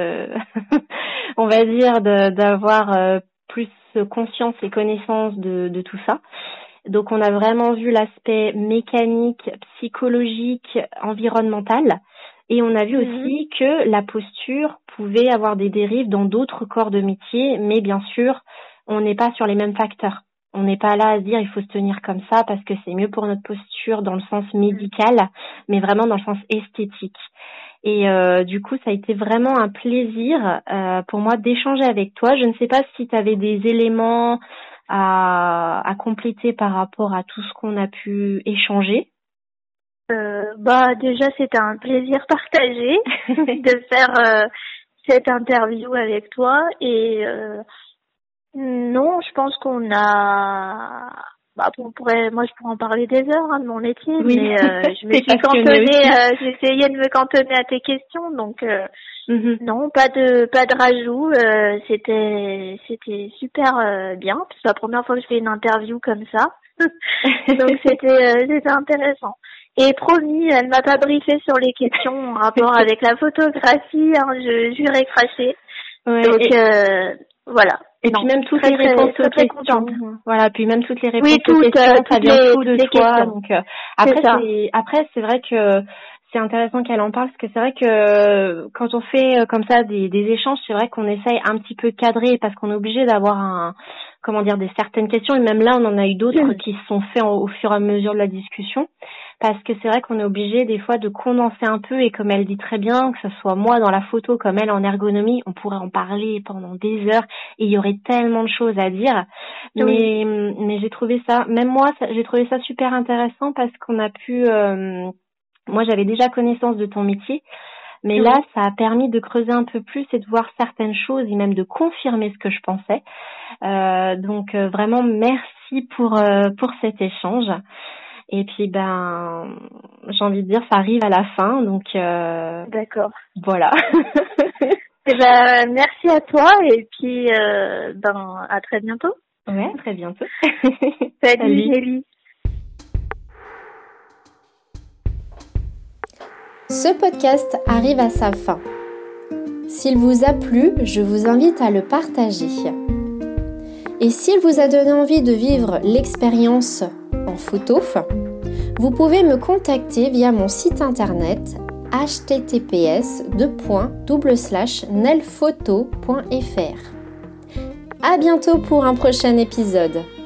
on va dire, d'avoir plus conscience et connaissance de tout ça. Donc on a vraiment vu l'aspect mécanique, psychologique, environnemental. Et on a vu aussi que la posture pouvait avoir des dérives dans d'autres corps de métier, mais bien sûr, on n'est pas sur les mêmes facteurs. On n'est pas là à se dire il faut se tenir comme ça parce que c'est mieux pour notre posture dans le sens médical, mais vraiment dans le sens esthétique. Et du coup, ça a été vraiment un plaisir pour moi d'échanger avec toi. Je ne sais pas si tu avais des éléments à compléter par rapport à tout ce qu'on a pu échanger. Déjà, c'était un plaisir partagé de faire cette interview avec toi et non, je pense qu'on a. Moi, je pourrais en parler des heures de mon métier, oui. Mais je me suis cantonnée. J'ai essayé de me cantonner à tes questions, donc non, pas de rajout. C'était super bien. C'est la première fois que je fais une interview comme ça, donc c'était intéressant. Et promis, elle m'a pas briefé sur les questions en rapport avec la photographie. J'irai cracher. Ouais, donc voilà. Et puis même toutes les réponses aux questions. Voilà, puis même toutes les réponses aux questions, ça vient tout de toi. Donc après c'est vrai que c'est intéressant qu'elle en parle parce que c'est vrai que quand on fait comme ça des échanges, c'est vrai qu'on essaye un petit peu de cadrer parce qu'on est obligé d'avoir des certaines questions et même là on en a eu d'autres qui se sont faits au fur et à mesure de la discussion parce que c'est vrai qu'on est obligé des fois de condenser un peu et comme elle dit très bien, que ce soit moi dans la photo comme elle en ergonomie, on pourrait en parler pendant des heures et il y aurait tellement de choses à dire. Mais j'ai trouvé ça, même moi, j'ai trouvé ça super intéressant parce qu'on a pu, moi j'avais déjà connaissance de ton métier, mais là ça a permis de creuser un peu plus et de voir certaines choses et même de confirmer ce que je pensais. Donc vraiment merci pour cet échange. Et puis j'ai envie de dire ça arrive à la fin, donc d'accord. Voilà. Et merci à toi et puis à très bientôt. Ouais, à très bientôt. Salut Nelly. Ce podcast arrive à sa fin. S'il vous a plu, je vous invite à le partager. Et s'il vous a donné envie de vivre l'expérience en photo, vous pouvez me contacter via mon site internet https://nelphoto.fr. À bientôt pour un prochain épisode.